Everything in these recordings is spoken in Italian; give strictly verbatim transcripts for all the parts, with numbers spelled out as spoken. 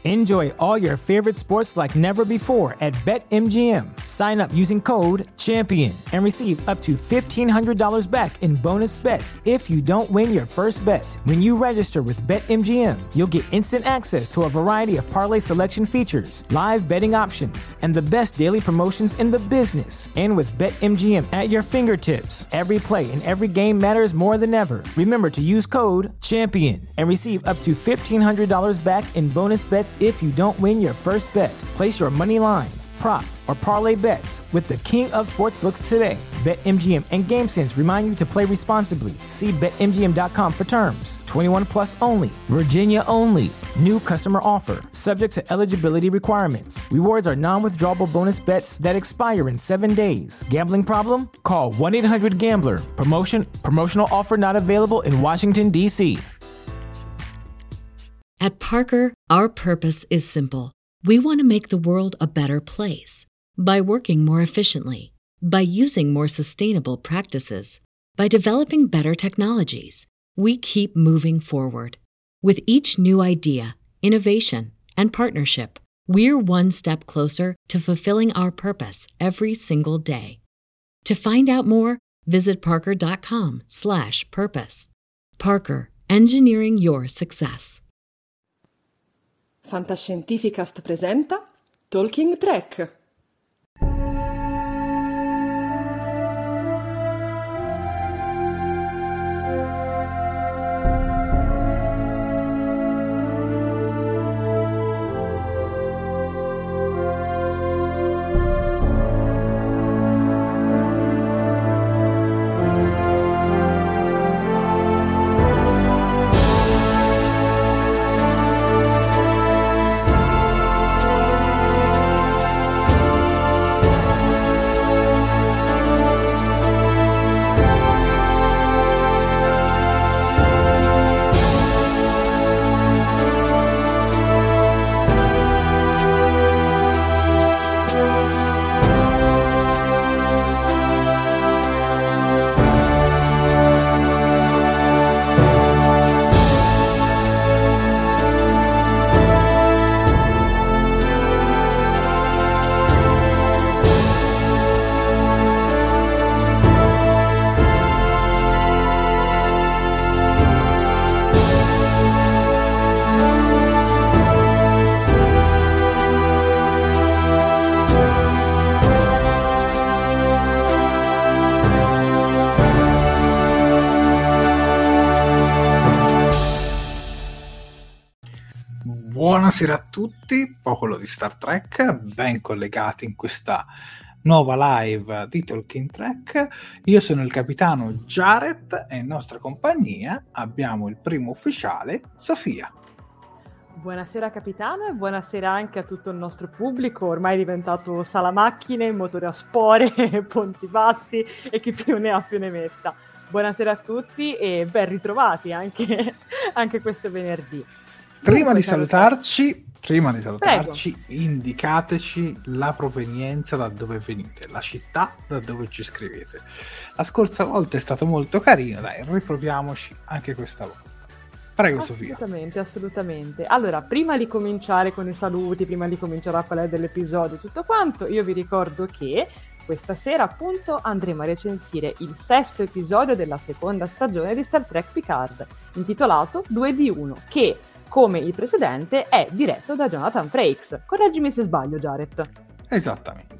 Enjoy all your favorite sports like never before at BetMGM. Sign up using code CHAMPION and receive up to fifteen hundred dollars back in bonus bets if you don't win your first bet. When you register with BetMGM, you'll get instant access to a variety of parlay selection features, live betting options, and the best daily promotions in the business. And with BetMGM at your fingertips, every play and every game matters more than ever. Remember to use code CHAMPION and receive up to fifteen hundred dollars back in bonus bets if you don't win your first bet. Place your money line, prop, or parlay bets with the king of sportsbooks today. BetMGM and GameSense remind you to play responsibly. See Bet M G M dot com for terms. twenty-one plus only. Virginia only. New customer offer. Subject to eligibility requirements. Rewards are non-withdrawable bonus bets that expire in seven days. Gambling problem? Call one eight hundred gambler. Promotion. Promotional offer not available in Washington, D C At Parker, our purpose is simple. We want to make the world a better place by working more efficiently, by using more sustainable practices, by developing better technologies. We keep moving forward. With each new idea, innovation, and partnership, we're one step closer to fulfilling our purpose every single day. To find out more, visit parker.com slash purpose. Parker, engineering your success. Fantascientificast presenta Talking Trek. Buonasera a tutti, popolo di Star Trek, ben collegati in questa nuova live di Talking Trek. Io sono il capitano Jared e in nostra compagnia abbiamo il primo ufficiale, Sofia. Buonasera capitano e buonasera anche a tutto il nostro pubblico, ormai è diventato sala macchine, motore a spore, ponti bassi e chi più ne ha più ne metta. Buonasera a tutti e ben ritrovati anche, anche questo venerdì. Prima di salutarci, prima di salutarci, Prego. Indicateci la provenienza da dove venite, la città da dove ci scrivete. La scorsa volta è stato molto carino, dai, riproviamoci anche questa volta. Prego, Sofia. Assolutamente, assolutamente. Allora, prima di cominciare con i saluti, prima di cominciare a parlare dell'episodio e tutto quanto, io vi ricordo che questa sera appunto andremo a recensire il sesto episodio della seconda stagione di Star Trek Picard, intitolato due di uno, che come il precedente è diretto da Jonathan Frakes. Correggimi se sbaglio, Jared. Esattamente.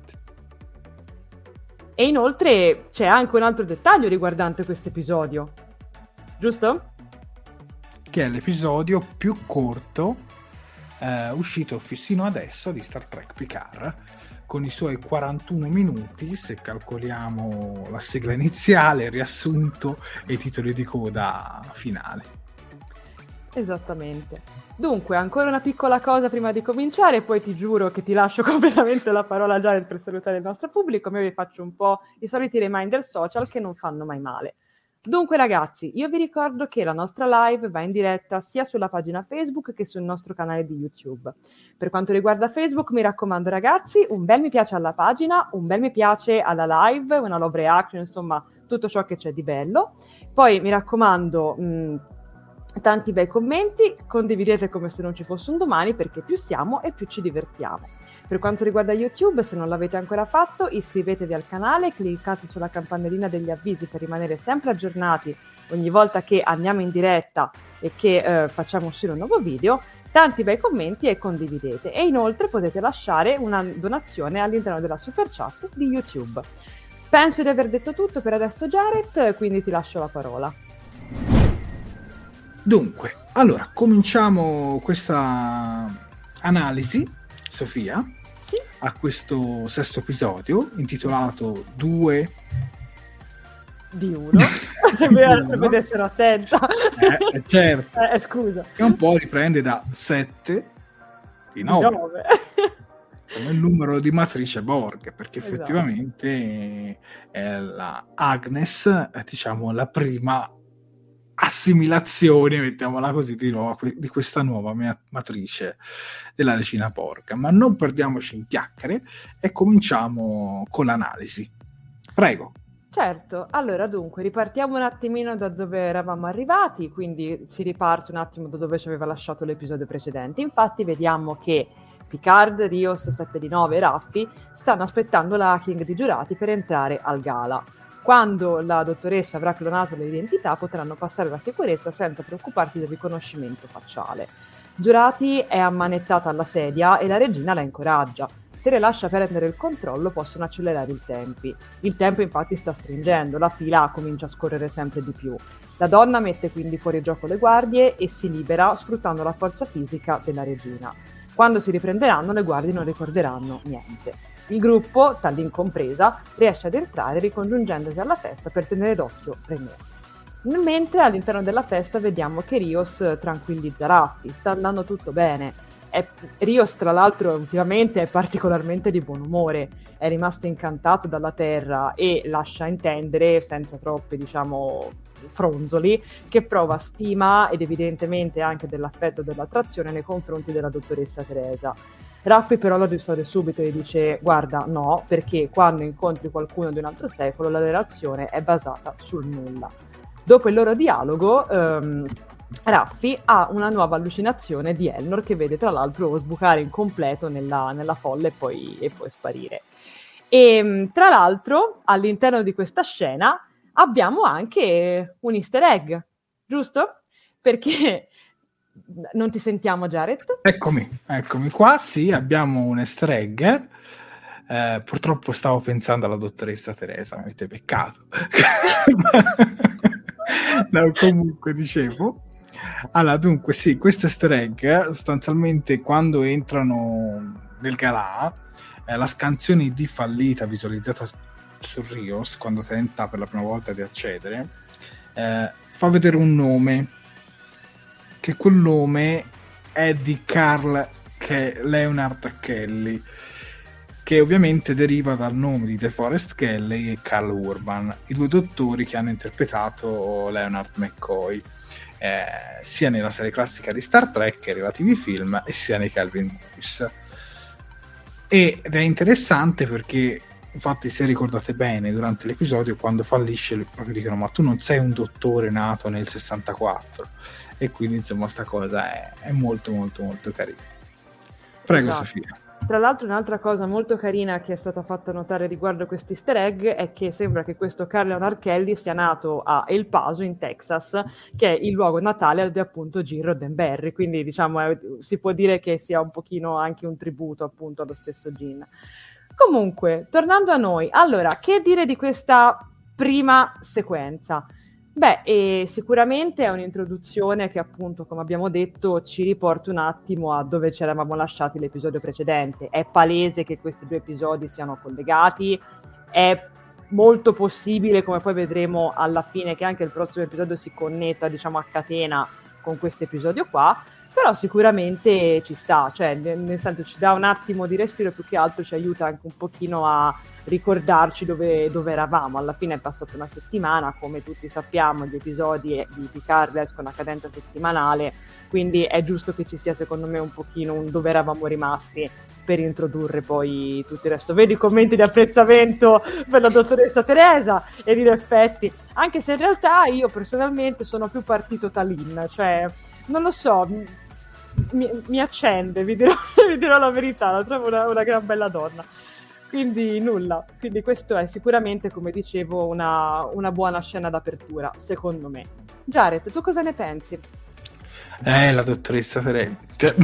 E inoltre c'è anche un altro dettaglio riguardante questo episodio, giusto? Che è l'episodio più corto eh, uscito fino adesso di Star Trek Picard, con i suoi quarantuno minuti, se calcoliamo la sigla iniziale, il riassunto e i titoli di coda finale. Esattamente. Dunque, ancora una piccola cosa prima di cominciare, poi ti giuro che ti lascio completamente la parola già per salutare il nostro pubblico, ma io vi faccio un po' i soliti reminder social che non fanno mai male. Dunque ragazzi, io vi ricordo che la nostra live va in diretta sia sulla pagina Facebook che sul nostro canale di YouTube. Per quanto riguarda Facebook, mi raccomando ragazzi, un bel mi piace alla pagina, un bel mi piace alla live, una love reaction, insomma tutto ciò che c'è di bello. Poi mi raccomando... Mh, tanti bei commenti, condividete come se non ci fosse un domani, perché più siamo e più ci divertiamo. Per quanto riguarda YouTube, se non l'avete ancora fatto, iscrivetevi al canale, cliccate sulla campanellina degli avvisi per rimanere sempre aggiornati ogni volta che andiamo in diretta e che eh, facciamo uscire un nuovo video. Tanti bei commenti e condividete. E inoltre potete lasciare una donazione all'interno della super chat di YouTube. Penso di aver detto tutto per adesso, Jared, quindi ti lascio la parola. Dunque, allora, cominciamo questa analisi, Sofia, sì? a questo sesto episodio, intitolato Due... Di uno. Deve essere attenta. Eh, certo. Eh, scusa. Che un po' riprende da sette di nove. Come il numero di matrice Borg, perché esatto. effettivamente è la Agnes, è, diciamo, la prima assimilazione, mettiamola così, di, nuovo, di questa nuova matrice della regina Borg. Ma non perdiamoci in chiacchiere e cominciamo con l'analisi. Prego. Certo, allora dunque ripartiamo un attimino da dove eravamo arrivati, quindi si riparte un attimo da dove ci aveva lasciato l'episodio precedente. Infatti vediamo che Picard, Rios, sette di nove e Raffi stanno aspettando la King di giurati per entrare al gala. Quando la dottoressa avrà clonato le identità potranno passare la sicurezza senza preoccuparsi del riconoscimento facciale. Giurati è ammanettata alla sedia e la regina la incoraggia. Se le lascia prendere il controllo possono accelerare i tempi. Il tempo infatti sta stringendo, la fila comincia a scorrere sempre di più. La donna mette quindi fuori gioco le guardie e si libera sfruttando la forza fisica della regina. Quando si riprenderanno le guardie non ricorderanno niente. Il gruppo, Tallinn compresa, riesce ad entrare ricongiungendosi alla festa per tenere d'occhio René. Mentre all'interno della festa vediamo che Rios tranquillizza Raffi, sta andando tutto bene. È, Rios tra l'altro ultimamente è particolarmente di buon umore, è rimasto incantato dalla terra e lascia intendere, senza troppi diciamo fronzoli, che prova stima ed evidentemente anche dell'affetto e dell'attrazione nei confronti della dottoressa Teresa. Raffi però lo risolve subito e dice guarda no, perché quando incontri qualcuno di un altro secolo la relazione è basata sul nulla. Dopo il loro dialogo ehm, Raffi ha una nuova allucinazione di Elnor che vede tra l'altro sbucare in completo nella, nella folla e poi, e poi sparire. E tra l'altro all'interno di questa scena abbiamo anche un easter egg, giusto? Perché non ti sentiamo, Jared? Eccomi, eccomi qua, sì, abbiamo un easter egg. Eh, purtroppo stavo pensando alla dottoressa Teresa, mi avete peccato. No, comunque dicevo, allora dunque sì, questo easter egg sostanzialmente quando entrano nel galà, eh, la scansione di fallita visualizzata su Rios quando tenta per la prima volta di accedere, eh, fa vedere un nome, che quel nome è di Carl che Leonard Kelly, che ovviamente deriva dal nome di DeForest Kelley e Carl Urban, i due dottori che hanno interpretato Leonard McCoy, eh, sia nella serie classica di Star Trek che ai relativi film, e sia nei Kelvin Movies. Ed è interessante perché, infatti, se ricordate bene, durante l'episodio, quando fallisce, proprio dicono ma tu non sei un dottore nato nel sessantaquattro, e quindi insomma sta cosa è, è molto molto molto carina. Prego, esatto. Sofia. Tra l'altro un'altra cosa molto carina che è stata fatta notare riguardo questo easter egg è che sembra che questo Carl Leonard Kelly sia nato a El Paso in Texas, che è il luogo natale di appunto Gene Roddenberry, quindi diciamo è, si può dire che sia un pochino anche un tributo appunto allo stesso Gene. Comunque, tornando a noi, allora, che dire di questa prima sequenza? Beh, e sicuramente è un'introduzione che appunto, come abbiamo detto, ci riporta un attimo a dove ci eravamo lasciati l'episodio precedente. È palese che questi due episodi siano collegati, è molto possibile, come poi vedremo alla fine, che anche il prossimo episodio si connetta, diciamo, a catena con questo episodio qua, però sicuramente ci sta, cioè nel, nel senso ci dà un attimo di respiro, più che altro ci aiuta anche un pochino a ricordarci dove, dove eravamo. Alla fine è passata una settimana, come tutti sappiamo gli episodi di Picard escono a cadenza settimanale, quindi è giusto che ci sia secondo me un pochino un dove eravamo rimasti per introdurre poi tutto il resto. Vedo i commenti di apprezzamento per la dottoressa Teresa ed in effetti, anche se in realtà io personalmente sono più partito Talin, cioè non lo so, mi, mi accende, vi dirò, vi dirò la verità, la trovo una, una gran bella donna. Quindi nulla, quindi questo è sicuramente, come dicevo, una, una buona scena d'apertura, secondo me. Jared, tu cosa ne pensi? Eh, la dottoressa Teresa.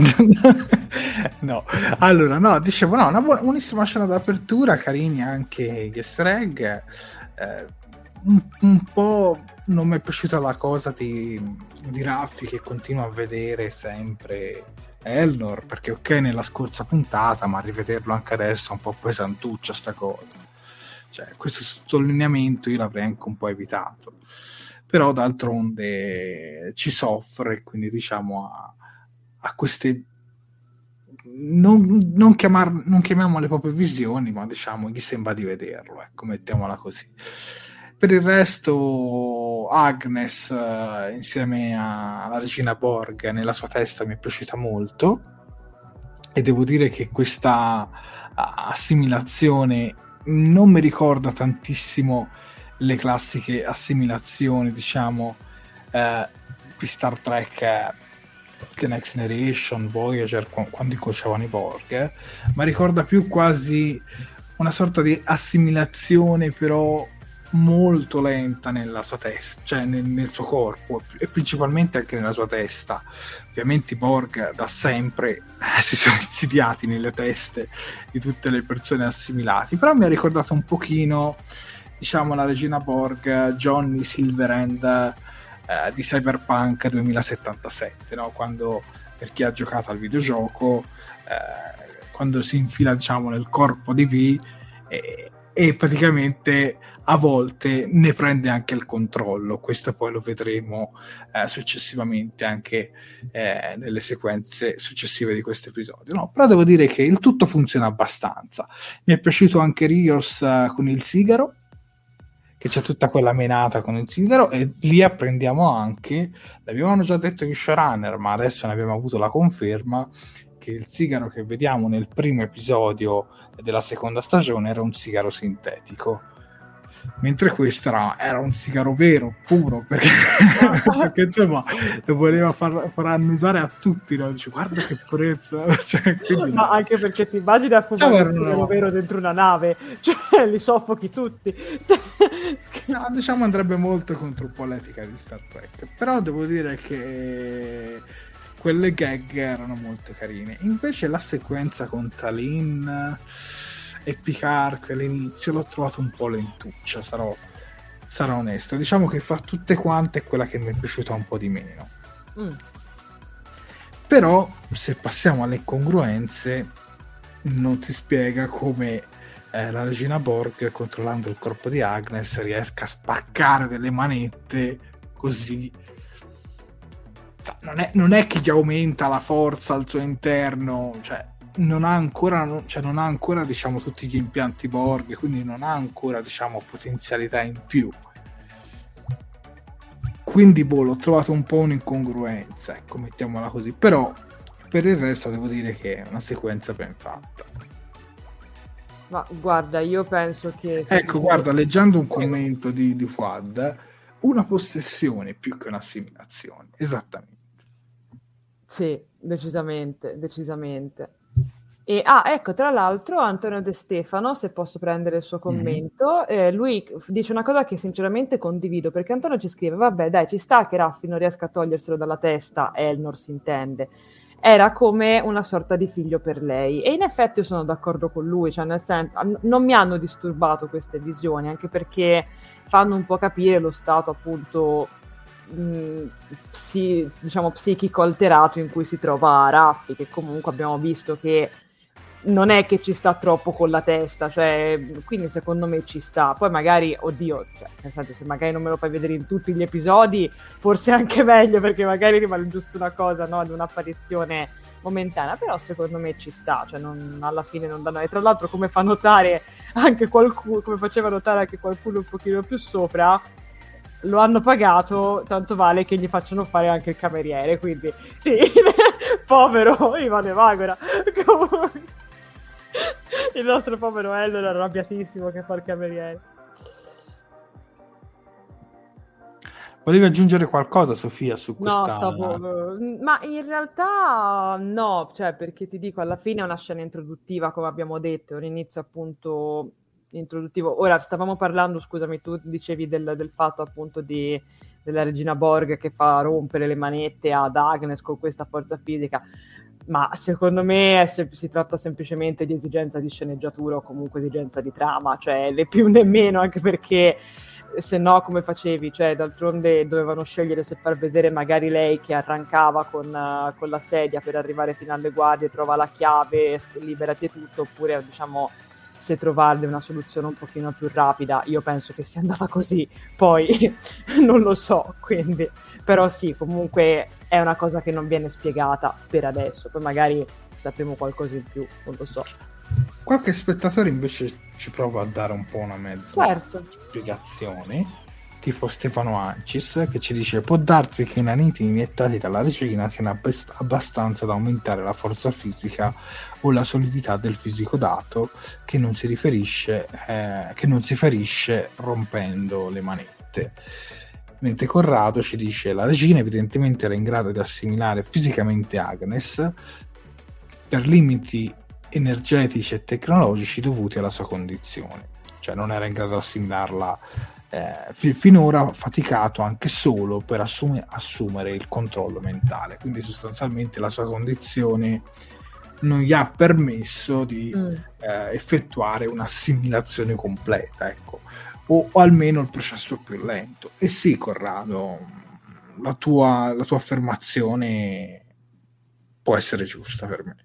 No, allora, no, dicevo, no, una buona, buonissima scena d'apertura, carini anche gli easter egg. Eh, un, un po' non mi è piaciuta la cosa di, di Raffi che continua a vedere sempre Elnor, perché ok nella scorsa puntata, ma rivederlo anche adesso è un po' pesantuccia sta cosa, cioè questo sottolineamento io l'avrei anche un po' evitato, però d'altronde ci soffre, quindi diciamo a, a queste non, non, chiamar, non chiamiamole proprio visioni, ma diciamo gli sembra di vederlo, ecco, mettiamola così. Per il resto Agnes uh, insieme alla regina Borg nella sua testa mi è piaciuta molto, e devo dire che questa uh, assimilazione non mi ricorda tantissimo le classiche assimilazioni, diciamo, uh, di Star Trek, uh, The Next Generation, Voyager, qu- quando incrociavano i Borg, eh, ma ricorda più quasi una sorta di assimilazione però molto lenta nella sua testa, cioè nel, nel suo corpo, e principalmente anche nella sua testa. Ovviamente i Borg da sempre eh, si sono insidiati nelle teste di tutte le persone assimilate, però mi ha ricordato un pochino, diciamo, la regina Borg Johnny Silverhand eh, di Cyberpunk duemilasettantasette, no? Quando, per chi ha giocato al videogioco, eh, quando si infila, diciamo, nel corpo di V e, e praticamente a volte ne prende anche il controllo. Questo poi lo vedremo eh, successivamente anche eh, nelle sequenze successive di questo episodio, no? Però devo dire che il tutto funziona abbastanza. Mi è piaciuto anche Rios uh, con il sigaro, che c'è tutta quella menata con il sigaro, e lì apprendiamo anche, l'avevano già detto gli showrunner, ma adesso ne abbiamo avuto la conferma, che il sigaro che vediamo nel primo episodio della seconda stagione era un sigaro sintetico, mentre questo era, era un sigaro vero, puro, perché, perché insomma lo voleva far, far annusare a tutti, no? Dice, guarda che purezza, cioè, quindi... no, anche perché ti immagini a fumare cioè, un sigaro no. vero dentro una nave, cioè li soffochi tutti. No, diciamo andrebbe molto contro un po' l'etica di Star Trek, però devo dire che quelle gag erano molto carine. Invece la sequenza con Talin e Picard all'inizio l'ho trovato un po' lentuccia, sarò, sarò onesto. Diciamo che fa tutte quante è quella che mi è piaciuta un po' di meno. Mm. Però se passiamo alle incongruenze, non si spiega come eh, la regina Borg, controllando il corpo di Agnes, riesca a spaccare delle manette così. Non è, non è che gli aumenta la forza al suo interno, cioè non ha ancora, cioè non ha ancora, diciamo, tutti gli impianti Borg, quindi non ha ancora, diciamo, potenzialità in più. Quindi boh, l'ho trovato un po' un'incongruenza, ecco, mettiamola così. Però per il resto devo dire che è una sequenza ben fatta. Ma guarda, io penso che... Ecco, guarda, leggendo un commento di, di Fuad, una possessione più che un'assimilazione, esattamente. Sì, decisamente, decisamente. E, ah, ecco, tra l'altro Antonio De Stefano, se posso prendere il suo commento, mm-hmm. eh, lui dice una cosa che sinceramente condivido, perché Antonio ci scrive, vabbè dai, ci sta che Raffi non riesca a toglierselo dalla testa, Elnor si intende, era come una sorta di figlio per lei, e in effetti io sono d'accordo con lui, cioè nel senso, non mi hanno disturbato queste visioni, anche perché fanno un po' capire lo stato appunto mh, psi, diciamo psichico alterato in cui si trova Raffi, che comunque abbiamo visto che non è che ci sta troppo con la testa, cioè, quindi secondo me ci sta. Poi magari, oddio, cioè, nel senso, se magari non me lo fai vedere in tutti gli episodi, forse è anche meglio, perché magari rimane giusto una cosa, no, di un'apparizione momentanea, però secondo me ci sta, cioè non, alla fine non danno. E tra l'altro, come fa notare anche qualcuno, come faceva notare anche qualcuno un pochino più sopra, lo hanno pagato, tanto vale che gli facciano fare anche il cameriere, quindi sì, povero Ivan Evagora. Comunque, il nostro povero Ello era arrabbiatissimo che fa il cameriere. Volevi aggiungere qualcosa, Sofia, su questa... No, stavo... Ma in realtà no, cioè, perché ti dico, alla fine è una scena introduttiva, come abbiamo detto, è un inizio appunto introduttivo. Ora, stavamo parlando, scusami, tu dicevi del, del fatto appunto di, della regina Borg che fa rompere le manette ad Agnes con questa forza fisica, ma secondo me se, si tratta semplicemente di esigenza di sceneggiatura o comunque esigenza di trama, cioè né più né meno, anche perché se no come facevi, cioè d'altronde dovevano scegliere se far vedere magari lei che arrancava con, uh, con la sedia per arrivare fino alle guardie, trova la chiave, liberati e tutto, oppure diciamo se trovarle una soluzione un pochino più rapida. Io penso che sia andata così, poi non lo so, quindi però sì, comunque è una cosa che non viene spiegata per adesso, poi magari sapremo qualcosa in più, non lo so. Qualche spettatore invece ci prova a dare un po' una mezza certo. spiegazione, tipo Stefano Ancis, che ci dice: può darsi che i naniti iniettati dalla regina siano abbast- abbastanza da aumentare la forza fisica o la solidità del fisico dato, che non si riferisce eh, che non si ferisce rompendo le manette. Mentre Corrado ci dice: la regina evidentemente era in grado di assimilare fisicamente Agnes per limiti energetici e tecnologici dovuti alla sua condizione, cioè non era in grado di assimilarla. Eh, fi- finora ha faticato anche solo per assume- assumere il controllo mentale, quindi sostanzialmente la sua condizione non gli ha permesso di mm. eh, effettuare un'assimilazione completa, ecco, o, o almeno il processo più lento. E sì, Corrado, la tua, la tua affermazione può essere giusta per me.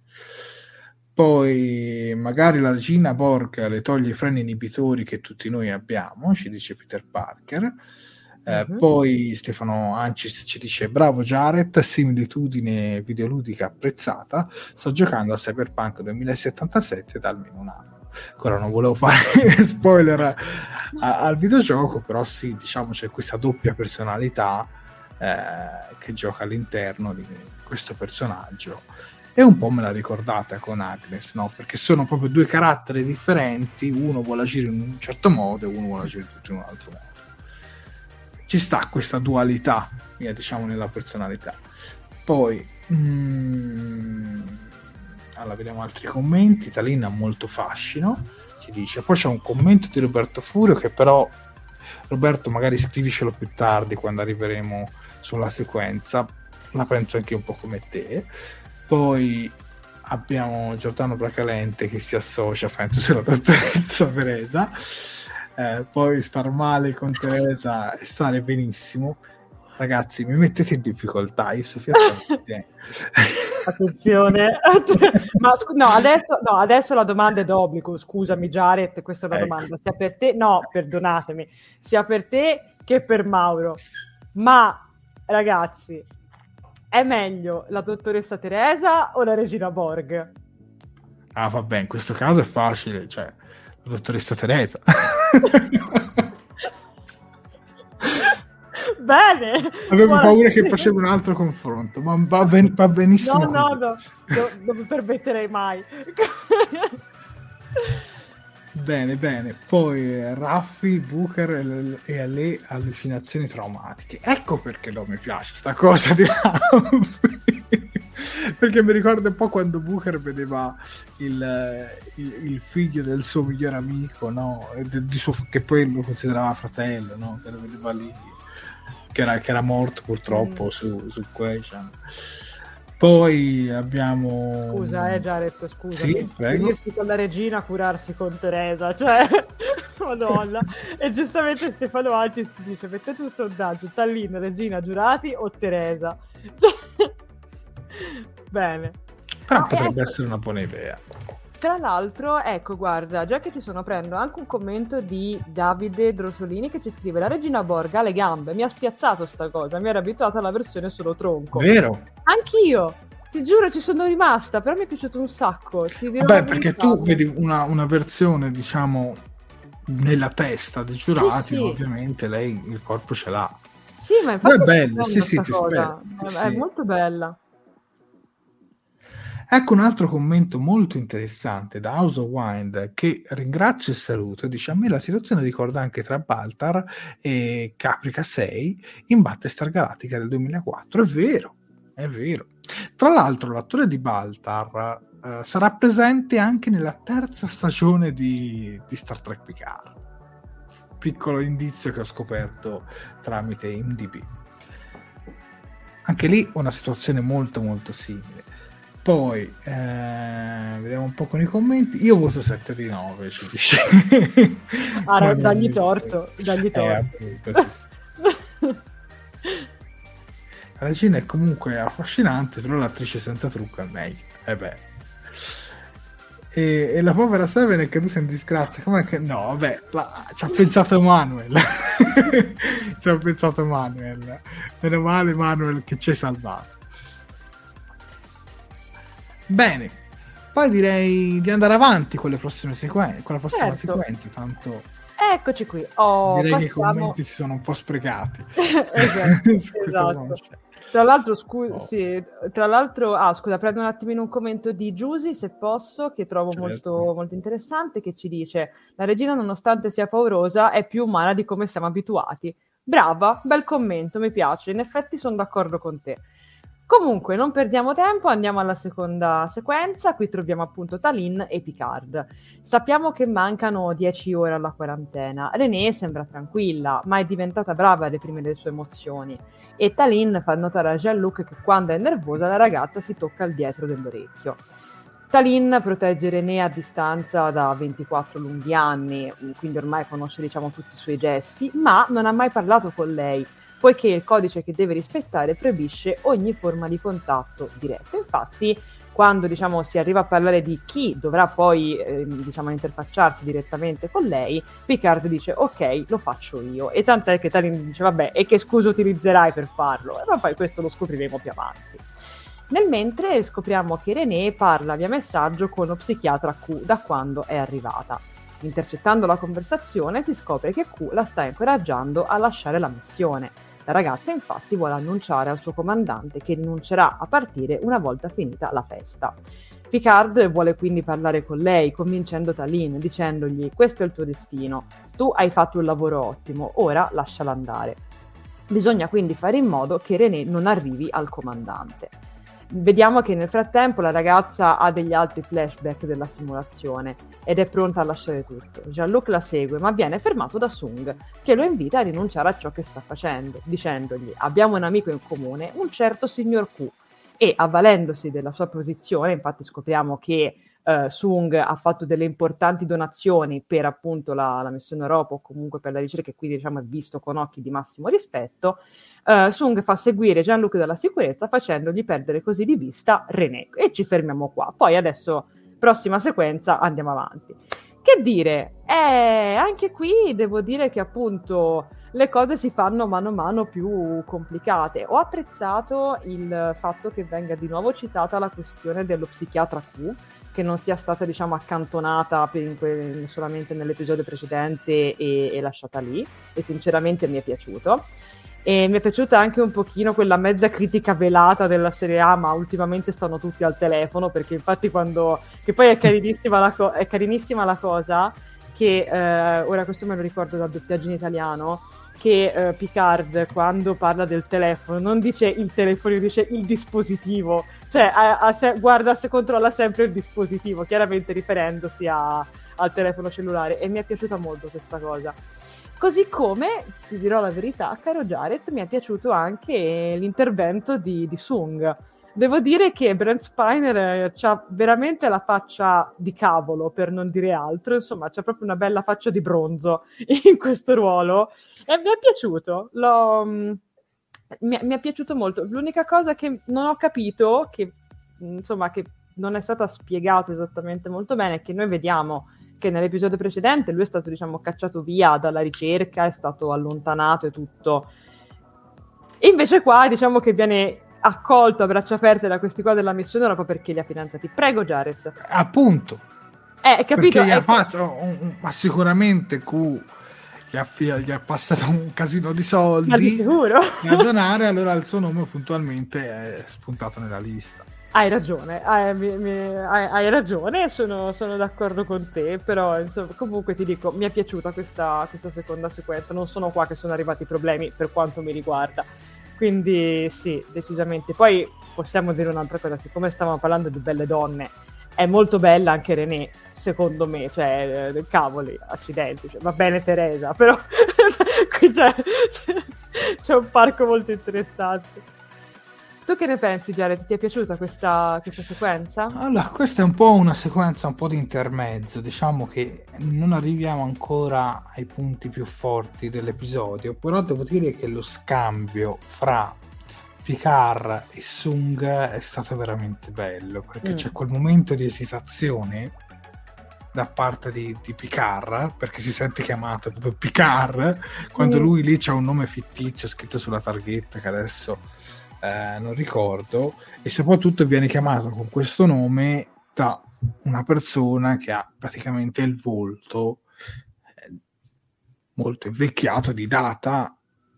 Poi magari la regina Borg le toglie i freni inibitori che tutti noi abbiamo, ci dice Peter Parker. Eh, uh-huh. Poi Stefano Ancis ci dice: bravo Jared, similitudine videoludica apprezzata, sto giocando a Cyberpunk duemilasettantasette da almeno un anno. Ancora non volevo fare spoiler a, a, al videogioco, però sì, diciamo c'è questa doppia personalità eh, che gioca all'interno di questo personaggio. E un po' me l'ha ricordata con Agnes, no? Perché sono proprio due caratteri differenti, uno vuole agire in un certo modo e uno vuole agire tutto in un altro modo. Ci sta questa dualità, diciamo, nella personalità. Poi, mm, allora, vediamo altri commenti. Talina ha molto fascino, ci dice. Poi c'è un commento di Roberto Furio che però, Roberto, magari scrivicelo più tardi quando arriveremo sulla sequenza. La penso anche un po' come te. Poi abbiamo Giordano Bracalente che si associa, penso, sulla dottoressa Teresa. Eh, poi star male con Teresa e stare benissimo. Ragazzi, mi mettete in difficoltà. Io Sofia attenzione. Ma scu- no, adesso, no, adesso la domanda è d'obbligo. Scusami, Jared, questa è una ecco. domanda sia per te, no, perdonatemi, sia per te che per Mauro. Ma ragazzi, è meglio la dottoressa Teresa o la regina Borg? Ah, vabbè, in questo caso è facile, cioè la dottoressa Teresa. Bene. Avevo Buona paura che facevo un altro confronto, ma va, ben, va benissimo. No, no, no, no, non mi permetterei mai. Bene, bene. Poi Raffi, Booker e, e le allucinazioni traumatiche. Ecco perché non mi piace sta cosa di Raffi. Perché mi ricorda un po' quando Booker vedeva il, il, il figlio del suo migliore amico, no? Di, di suo, che poi lo considerava fratello, no? Che lo vedeva lì, che era, che era morto purtroppo mm. su, su Question. Poi abbiamo... Scusa, eh Jared, scusa. Sì, prego. Venirsi con la regina a curarsi con Teresa, cioè... Madonna. E giustamente Stefano Ancis ti dice: mettete un sondaggio, Tallinn, regina, giurati o Teresa? Bene. Però no, potrebbe eh... essere una buona idea. Tra l'altro, ecco, guarda, già che ci sono, prendo anche un commento di Davide Drosolini che ci scrive: la regina Borga ha le gambe, mi ha spiazzato sta cosa, mi ero abituata alla versione solo tronco. Vero? Anch'io, ti giuro, ci sono rimasta, però mi è piaciuto un sacco. Ti dirò Beh, la perché verità. tu vedi una, una versione, diciamo, nella testa dei giurati, Sì, sì. ma ovviamente lei il corpo ce l'ha. Sì, ma infatti È è bello, stupenda sì, sì, sta ti cosa. spero, È, sì, è sì. molto bella. Ecco un altro commento molto interessante da House of Wind, che ringrazio e saluto. Dice: a me la situazione ricorda anche tra Baltar e Caprica sei in Battlestar Galactica del duemilaquattro. È vero, è vero. Tra l'altro l'attore di Baltar eh, sarà presente anche nella terza stagione di, di Star Trek Picard. Piccolo indizio che ho scoperto tramite I M D B. Anche lì una situazione molto molto simile. Poi eh, vediamo un po' con i commenti. Io voto sette di nove, ci dice. Ah, Ma dagli non- torto, dagli Eh, torto. appunto, sì, sì. La regina è comunque affascinante, però l'attrice senza trucco è meglio. Eh beh. E, e la povera Seven è caduta in disgrazia. Com'è che no? Vabbè, la- ci ha pensato Manuel. Ci ha pensato Manuel. Meno male Manuel che ci hai salvato. Bene, poi direi di andare avanti con le prossime sequenze, con la prossima Certo. sequenza, tanto Eccoci qui. Oh, direi che i passiamo... commenti si sono un po' sprecati. esatto, Su questo esatto. conosce. Tra l'altro, scu- Oh. sì, tra l'altro, ah, scusa, prendo un attimino un commento di Giusy, se posso, che trovo Certo. molto, molto interessante, che ci dice: la regina, nonostante sia paurosa, è più umana di come siamo abituati. Brava, bel commento, mi piace, in effetti sono d'accordo con te. Comunque, non perdiamo tempo, andiamo alla seconda sequenza. Qui troviamo appunto Talin e Picard. Sappiamo che mancano dieci ore alla quarantena. René sembra tranquilla, ma è diventata brava a reprimere le sue emozioni. E Talin fa notare a Jean-Luc che quando è nervosa la ragazza si tocca il dietro dell'orecchio. Talin protegge René a distanza da ventiquattro lunghi anni, quindi ormai conosce, diciamo, tutti i suoi gesti, ma non ha mai parlato con lei, poiché il codice che deve rispettare proibisce ogni forma di contatto diretto. Infatti, quando, diciamo, si arriva a parlare di chi dovrà poi eh, diciamo, interfacciarsi direttamente con lei, Picard dice: ok, lo faccio io. E tant'è che Talin dice: vabbè, e che scusa utilizzerai per farlo? E ma poi questo lo scopriremo più avanti. Nel mentre scopriamo che René parla via messaggio con lo psichiatra Q da quando è arrivata. Intercettando la conversazione si scopre che Q la sta incoraggiando a lasciare la missione. La ragazza infatti vuole annunciare al suo comandante che rinuncerà a partire una volta finita la festa. Picard vuole quindi parlare con lei, convincendo Talin, dicendogli: questo è il tuo destino, tu hai fatto un lavoro ottimo, ora lasciala andare. Bisogna quindi fare in modo che René non arrivi al comandante. Vediamo che nel frattempo la ragazza ha degli altri flashback della simulazione ed è pronta a lasciare tutto. Jean-Luc la segue, ma viene fermato da Sung, che lo invita a rinunciare a ciò che sta facendo, dicendogli: abbiamo un amico in comune, un certo signor Q. E avvalendosi della sua posizione, infatti scopriamo che Uh, Sung ha fatto delle importanti donazioni per appunto la, la missione Europa o comunque per la ricerca, e quindi diciamo è visto con occhi di massimo rispetto. uh, Sung fa seguire Jean-Luc dalla sicurezza, facendogli perdere così di vista René, e ci fermiamo qua. Poi adesso, prossima sequenza, andiamo avanti. Che dire, eh, anche qui devo dire che appunto le cose si fanno mano a mano più complicate. Ho apprezzato il fatto che venga di nuovo citata la questione dello psichiatra Q, che non sia stata, diciamo, accantonata per in que- solamente nell'episodio precedente e-, e lasciata lì, e sinceramente mi è piaciuto. E mi è piaciuta anche un pochino quella mezza critica velata della serie A, ma ultimamente stanno tutti al telefono, perché infatti quando... che poi è carinissima la, co- è carinissima la cosa, che eh, ora questo me lo ricordo dal doppiaggio in italiano, che eh, Picard quando parla del telefono non dice il telefono, dice il dispositivo, cioè a, a se, guarda se controlla sempre il dispositivo, chiaramente riferendosi a, al telefono cellulare, e mi è piaciuta molto questa cosa. Così come, ti dirò la verità, caro Jared, mi è piaciuto anche l'intervento di, di Sung. Devo dire che Brent Spiner ha veramente la faccia di cavolo, per non dire altro, insomma c'ha proprio una bella faccia di bronzo in questo ruolo, e mi è piaciuto, l'ho, mi, mi è piaciuto molto. L'unica cosa che non ho capito, che insomma che non è stata spiegata esattamente molto bene, è che noi vediamo che nell'episodio precedente lui è stato, diciamo, cacciato via dalla ricerca, è stato allontanato e tutto. E invece qua, diciamo che viene accolto a braccia aperte da questi qua della missione proprio perché li ha finanziati. Prego, Jared. Appunto. Eh, capito? Perché gli è... ha fatto, un, un, ma sicuramente Q gli ha, gli ha passato un casino di soldi. Ma di sicuro. Da donare, allora il suo nome puntualmente è spuntato nella lista. Hai ragione, hai, mi, mi, hai, hai ragione, sono, sono d'accordo con te, però insomma, comunque ti dico, mi è piaciuta questa, questa seconda sequenza, non sono qua che sono arrivati i problemi per quanto mi riguarda, quindi sì, decisamente. Poi possiamo dire un'altra cosa, siccome stavamo parlando di belle donne, è molto bella anche René, secondo me, cioè, eh, cavoli, accidenti, cioè, va bene Teresa, però qui c'è, c'è, c'è un parco molto interessante. Tu che ne pensi, Jared? Ti è piaciuta questa, questa sequenza? Allora, questa è un po' una sequenza un po' di intermezzo, diciamo che non arriviamo ancora ai punti più forti dell'episodio, però devo dire che lo scambio fra Picard e Sung è stato veramente bello, perché mm. c'è quel momento di esitazione da parte di, di Picard, perché si sente chiamato proprio Picard, quando mm. lui lì c'ha un nome fittizio scritto sulla targhetta che adesso Eh, non ricordo, e soprattutto viene chiamato con questo nome da una persona che ha praticamente il volto eh, molto invecchiato di data,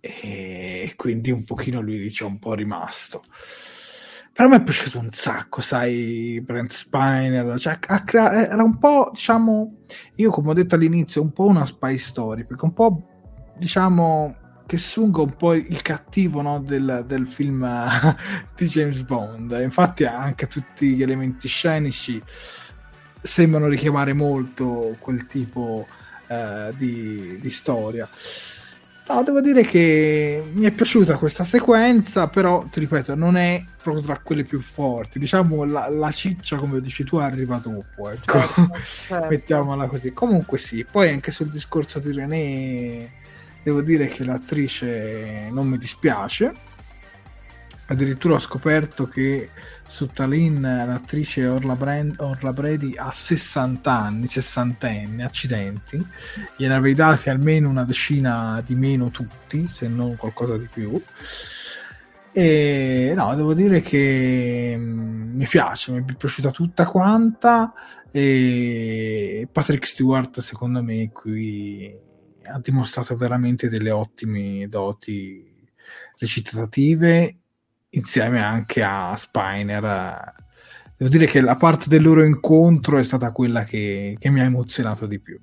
e quindi un pochino lui dice un po' rimasto. Però mi è piaciuto un sacco, sai, Brent Spiner, cioè, era un po', diciamo, io come ho detto all'inizio, un po' una spy story, perché un po', diciamo, che Sung un po' il cattivo, no, del, del film uh, di James Bond. Infatti anche tutti gli elementi scenici sembrano richiamare molto quel tipo uh, di, di storia. No, devo dire che mi è piaciuta questa sequenza, però ti ripeto, non è proprio tra quelle più forti. Diciamo la, la ciccia, come dici tu, arriva dopo, ecco. Certo, certo. Mettiamola così. Comunque sì, poi anche sul discorso di René devo dire che l'attrice non mi dispiace, addirittura ho scoperto che su Tallinn l'attrice Orla, Brand, Orla Brady ha sessanta anni, sessantenne, accidenti, gliene avevi dati almeno una decina di meno tutti, se non qualcosa di più, e no, devo dire che mh, mi piace, mi è piaciuta tutta quanta, e Patrick Stewart secondo me qui ha dimostrato veramente delle ottime doti recitative, insieme anche a Spiner. Devo dire che la parte del loro incontro è stata quella che, che mi ha emozionato di più.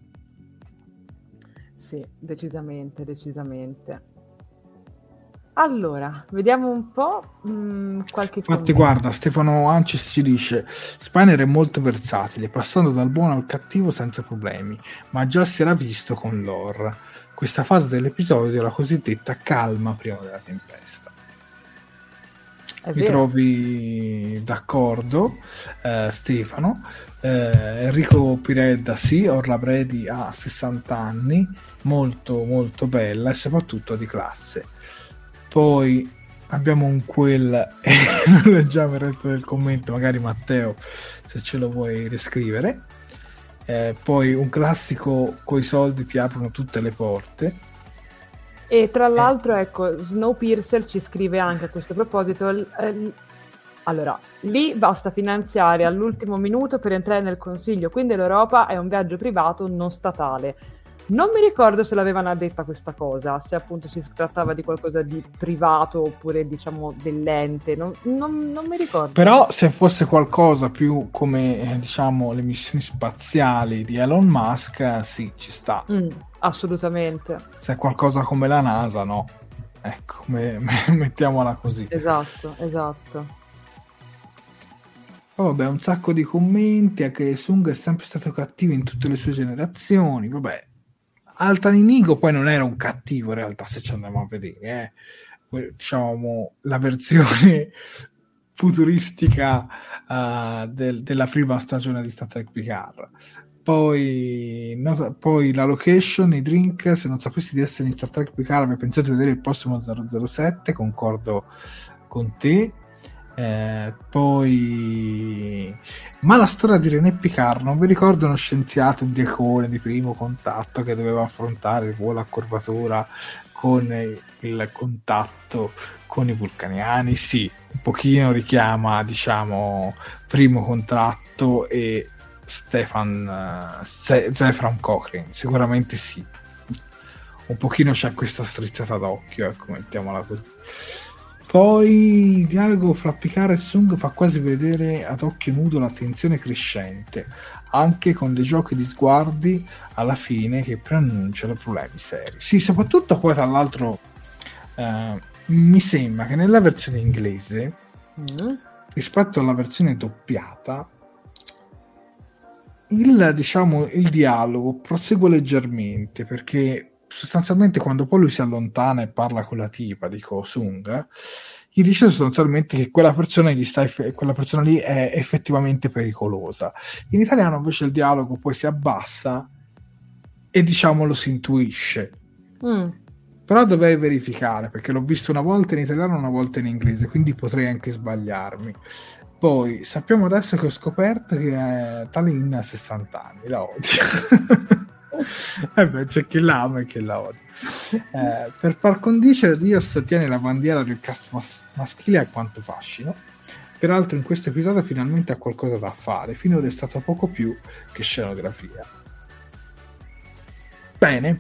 Sì, decisamente, decisamente. Allora, vediamo un po' mh, qualche Infatti, commento. guarda, Stefano Ancis ci dice: Spiner è molto versatile, passando dal buono al cattivo senza problemi, ma già si era visto con Lore. Questa fase dell'episodio è la cosiddetta calma prima della tempesta. È Mi vero. trovi d'accordo, eh, Stefano? Eh, Enrico Piredda, sì, Orla Brady ha sessanta anni, molto molto bella e soprattutto di classe. Poi abbiamo un quel, e non leggiamo il resto del commento, magari Matteo se ce lo vuoi riscrivere. Eh, poi un classico: coi soldi ti aprono tutte le porte. E tra l'altro, eh. ecco, Snowpiercer ci scrive anche a questo proposito, eh, allora, lì basta finanziare all'ultimo minuto per entrare nel Consiglio, quindi l'Europa è un viaggio privato non statale. Non mi ricordo se l'avevano detta questa cosa, se appunto si trattava di qualcosa di privato oppure diciamo dell'ente, non, non, non mi ricordo. Però se fosse qualcosa più come eh, diciamo le missioni spaziali di Elon Musk, sì, ci sta. Mm, assolutamente. Se è qualcosa come la NASA, no. Ecco, me, me, mettiamola così. Esatto, esatto. Oh, vabbè, un sacco di commenti, anche Sung è sempre stato cattivo in tutte le sue generazioni, vabbè. Altan Inigo poi non era un cattivo in realtà, se ci andiamo a vedere, eh. Diciamo la versione futuristica uh, del, della prima stagione di Star Trek Picard. Poi, no, poi la location, i drink, se non sapessi di essere in Star Trek Picard avrei pensato di vedere il prossimo zero zero sette, concordo con te. Eh, poi Quindi, ma la storia di René Picard non vi ricorda uno scienziato ubriacone di primo contatto che doveva affrontare il volo a curvatura con il contatto con i vulcaniani? Sì, un pochino richiama, diciamo, Primo Contatto e Stefan uh, Se- Zefram Cochrane, sicuramente sì, un pochino c'è questa strizzata d'occhio, ecco, mettiamola così. Poi il dialogo fra Picard e Sung fa quasi vedere ad occhio nudo la tensione crescente, anche con dei giochi di sguardi alla fine che preannunciano problemi seri. Sì, soprattutto poi tra l'altro eh, mi sembra che nella versione inglese mm. rispetto alla versione doppiata il, diciamo, il dialogo prosegue leggermente, perché sostanzialmente quando poi lui si allontana e parla con la tipa di Ko Sung, gli dice sostanzialmente che quella persona gli sta eff- quella persona lì è effettivamente pericolosa. In italiano invece il dialogo poi si abbassa e, diciamo, lo si intuisce. Mm. Però dovrei verificare, perché l'ho visto una volta in italiano e una volta in inglese, quindi potrei anche sbagliarmi. Poi sappiamo adesso che ho scoperto che è Talin ha sessanta anni, la odio. Eh beh, c'è chi la ama e chi la odia. Eh, per par condicio Rios tiene la bandiera del cast mas- maschile a quanto fascino. Peraltro in questo episodio finalmente ha qualcosa da fare, finora è stato poco più che scenografia. Bene,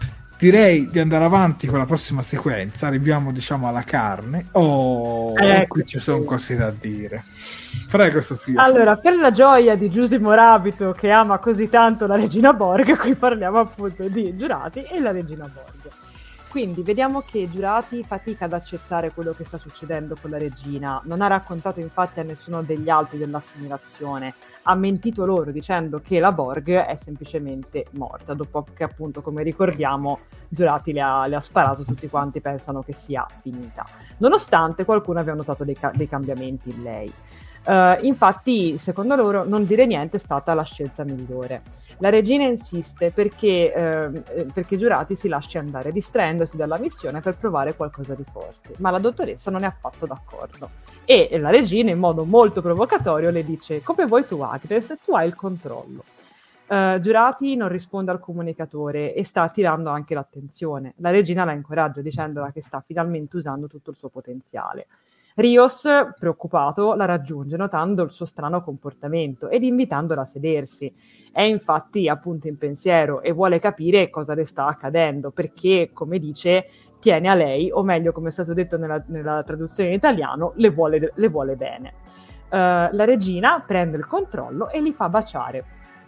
direi di andare avanti con la prossima sequenza. Arriviamo, diciamo, alla carne. Oh, eh, qui ci sono cose da dire. Prego, Sofia. Allora, per la gioia di Giusimo Rabito, che ama così tanto la regina Borg, qui parliamo appunto di Giurati e la regina Borg. Quindi vediamo che Giurati fatica ad accettare quello che sta succedendo con la regina. Non ha raccontato infatti a nessuno degli altri dell'assimilazione. Ha mentito loro dicendo che la Borg è semplicemente morta, dopo che appunto, come ricordiamo, Giurati le ha, le ha sparato, tutti quanti pensano che sia finita. Nonostante qualcuno abbia notato dei, ca- dei cambiamenti in lei. Uh, infatti, secondo loro, non dire niente è stata la scelta migliore. La regina insiste perché, uh, perché Giurati si lasci andare, distraendosi dalla missione per provare qualcosa di forte, ma la dottoressa non è affatto d'accordo. E la regina, in modo molto provocatorio, le dice: come vuoi tu, Agnes, tu hai il controllo. Uh, Giurati non risponde al comunicatore e sta attirando anche l'attenzione. La regina la incoraggia dicendola che sta finalmente usando tutto il suo potenziale. Rios, preoccupato, la raggiunge notando il suo strano comportamento ed invitandola a sedersi. È infatti appunto in pensiero e vuole capire cosa le sta accadendo, perché, come dice, tiene a lei, o meglio, come è stato detto nella, nella traduzione in italiano, le vuole, le vuole bene. Uh, la regina prende il controllo e li fa baciare.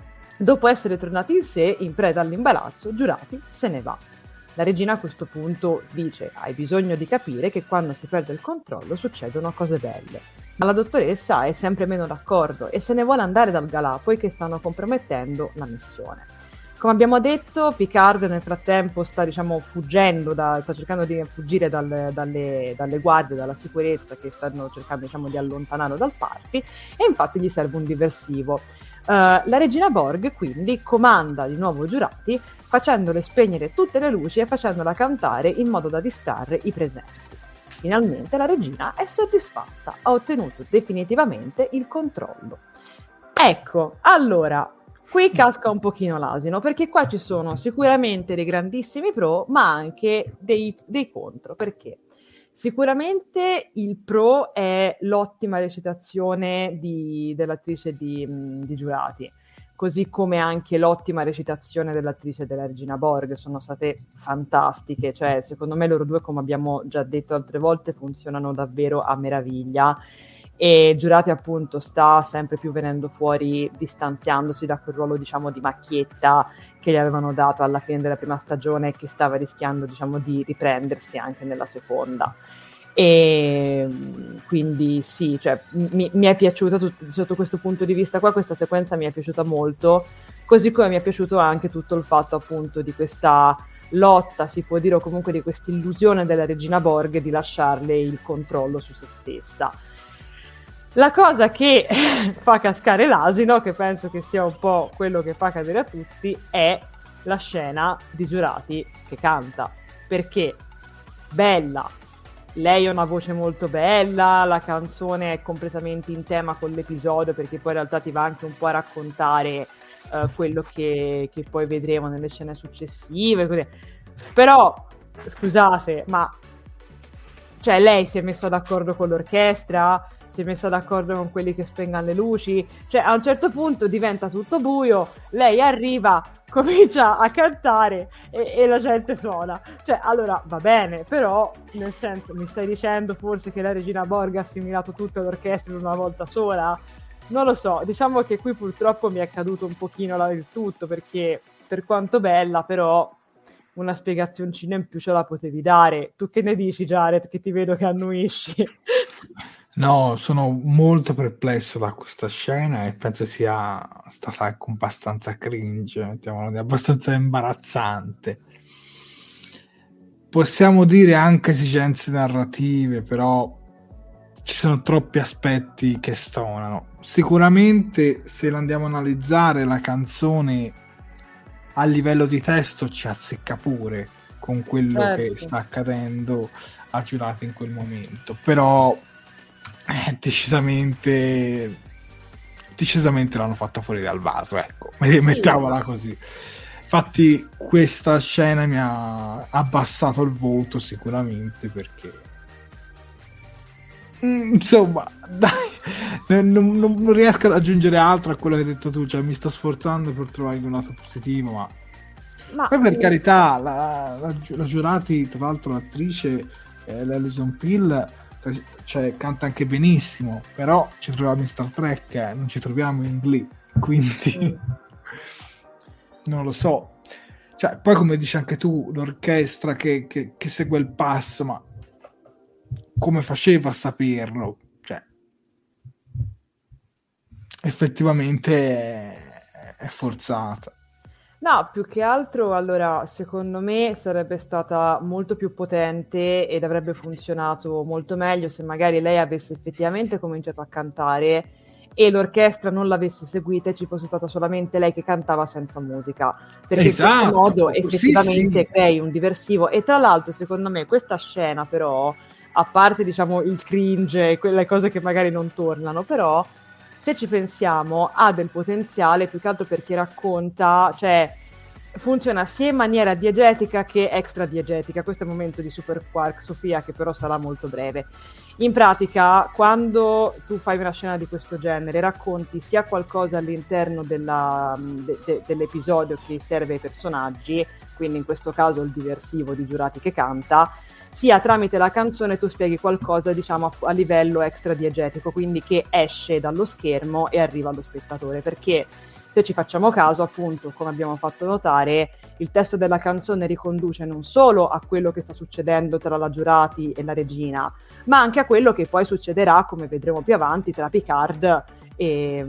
Dopo essere tornati in sé, in preda all'imbarazzo, Giurati se ne va. La regina a questo punto dice: hai bisogno di capire che quando si perde il controllo succedono cose belle. Ma la dottoressa è sempre meno d'accordo e se ne vuole andare dal galà, poiché stanno compromettendo la missione. Come abbiamo detto, Picard nel frattempo sta, diciamo, fuggendo, da, sta cercando di fuggire dal, dalle, dalle guardie, dalla sicurezza che stanno cercando, diciamo, di allontanarlo dal party, e infatti gli serve un diversivo. Uh, la regina Borg quindi comanda di nuovo Giurati, facendole spegnere tutte le luci e facendola cantare in modo da distrarre i presenti. Finalmente la regina è soddisfatta, ha ottenuto definitivamente il controllo. Ecco, allora, qui casca un pochino l'asino, perché qua ci sono sicuramente dei grandissimi pro, ma anche dei, dei contro. Perché? Sicuramente il pro è l'ottima recitazione di, dell'attrice di, di Giurati, così come anche l'ottima recitazione dell'attrice della regina Borg, sono state fantastiche, cioè secondo me loro due, come abbiamo già detto altre volte, funzionano davvero a meraviglia, e Giurati appunto sta sempre più venendo fuori, distanziandosi da quel ruolo, diciamo, di macchietta che gli avevano dato alla fine della prima stagione e che stava rischiando, diciamo, di riprendersi anche nella seconda. E quindi sì, cioè, mi, mi è piaciuta tut- sotto questo punto di vista qua, questa sequenza mi è piaciuta molto, così come mi è piaciuto anche tutto il fatto appunto di questa lotta, si può dire, o comunque di questa illusione della regina Borg di lasciarle il controllo su se stessa. La cosa che fa cascare l'asino, che penso che sia un po' quello che fa cadere a tutti, è la scena di Giurati che canta, perché bella, lei ha una voce molto bella, la canzone è completamente in tema con l'episodio, perché poi in realtà ti va anche un po' a raccontare uh, quello che, che poi vedremo nelle scene successive, così. Però, scusate, ma cioè lei si è messa d'accordo con l'orchestra, si è messa d'accordo con quelli che spengano le luci, cioè a un certo punto diventa tutto buio, lei arriva, comincia a cantare e, e la gente suona, cioè allora va bene, però nel senso mi stai dicendo forse che la Regina Borg ha assimilato tutto all'orchestra in una volta sola? Non lo so, diciamo che qui purtroppo mi è caduto un pochino la, il tutto, perché per quanto bella però una spiegazioncina in più ce la potevi dare. Tu che ne dici, Jared, che ti vedo che annuisci? No, sono molto perplesso da questa scena e penso sia stata anche abbastanza cringe, mettiamola, abbastanza imbarazzante. Possiamo dire anche esigenze narrative, però ci sono troppi aspetti che stonano. Sicuramente se la andiamo a analizzare, la canzone a livello di testo ci azzecca pure con quello certo. che sta accadendo a giurati in quel momento, però eh, decisamente decisamente l'hanno fatta fuori dal vaso, ecco, sì. Mettiamola così. Infatti questa scena mi ha abbassato il voto sicuramente, perché mm, insomma dai, non, non, non riesco ad aggiungere altro a quello che hai detto tu, cioè mi sto sforzando per trovare un lato positivo, ma, ma poi per io... carità la, la, la Giurati, tra l'altro l'attrice eh, l'Alison Pill, cioè canta anche benissimo, però ci troviamo in Star Trek, eh, non ci troviamo in Glee, quindi mm. non lo so, cioè poi come dici anche tu, l'orchestra che, che, che segue il passo, ma come faceva a saperlo? Cioè effettivamente è, è forzata. No, più che altro, allora, secondo me sarebbe stata molto più potente ed avrebbe funzionato molto meglio se magari lei avesse effettivamente cominciato a cantare e l'orchestra non l'avesse seguita e ci fosse stata solamente lei che cantava senza musica, perché esatto. in questo modo effettivamente sì, sì. crei un diversivo. E tra l'altro, secondo me, questa scena però, a parte diciamo il cringe e quelle cose che magari non tornano, però se ci pensiamo ha del potenziale, più che altro perché racconta, cioè funziona sia in maniera diegetica che extra diegetica. Questo è il momento di Super Quark Sofia, che però sarà molto breve. In pratica, quando tu fai una scena di questo genere, racconti sia qualcosa all'interno della, de, de, dell'episodio che serve ai personaggi, quindi in questo caso il diversivo di Giurati che canta, sia tramite la canzone tu spieghi qualcosa, diciamo, a, a livello extra diegetico, quindi che esce dallo schermo e arriva allo spettatore, perché se ci facciamo caso, appunto, come abbiamo fatto notare, il testo della canzone riconduce non solo a quello che sta succedendo tra la Giurati e la regina, ma anche a quello che poi succederà, come vedremo più avanti, tra Picard e,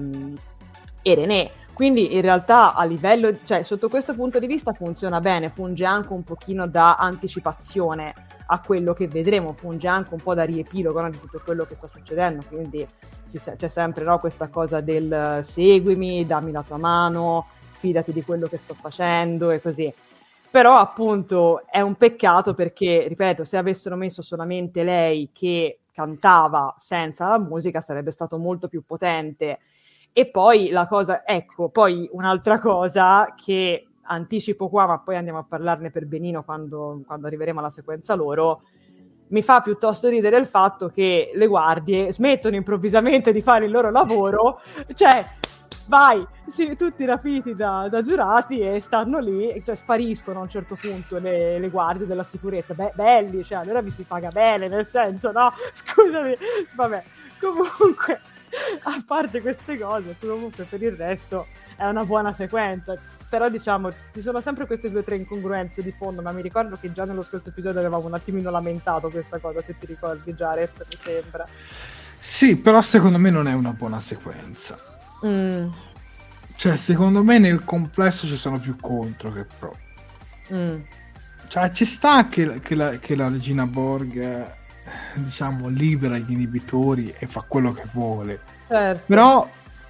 e René. Quindi in realtà a livello, cioè sotto questo punto di vista funziona bene, funge anche un pochino da anticipazione a quello che vedremo, funge anche un po' da riepilogo, no, di tutto quello che sta succedendo, quindi si, c'è sempre, no, questa cosa del seguimi, dammi la tua mano, fidati di quello che sto facendo e così. Però appunto è un peccato perché, ripeto, se avessero messo solamente lei che cantava senza la musica sarebbe stato molto più potente. E poi la cosa, ecco, poi un'altra cosa che anticipo qua, ma poi andiamo a parlarne per benino quando, quando arriveremo alla sequenza loro, mi fa piuttosto ridere il fatto che le guardie smettono improvvisamente di fare il loro lavoro, cioè vai, sì, tutti rapiti da, da Giurati e stanno lì, cioè spariscono a un certo punto le, le guardie della sicurezza. Beh, belli, cioè allora vi si paga bene, nel senso, no? Scusami, vabbè, comunque, a parte queste cose, comunque per il resto è una buona sequenza. Però diciamo, ci sono sempre queste due o tre incongruenze di fondo, ma mi ricordo che già nello scorso episodio avevamo un attimino lamentato questa cosa, se ti ricordi, Jared, mi sembra. Sì, però secondo me non è una buona sequenza. Mm. Cioè, secondo me nel complesso ci sono più contro che pro. Mm. Cioè, ci sta che, che, la, che la Regina Borg, eh, diciamo, libera gli inibitori e fa quello che vuole. Certo. Però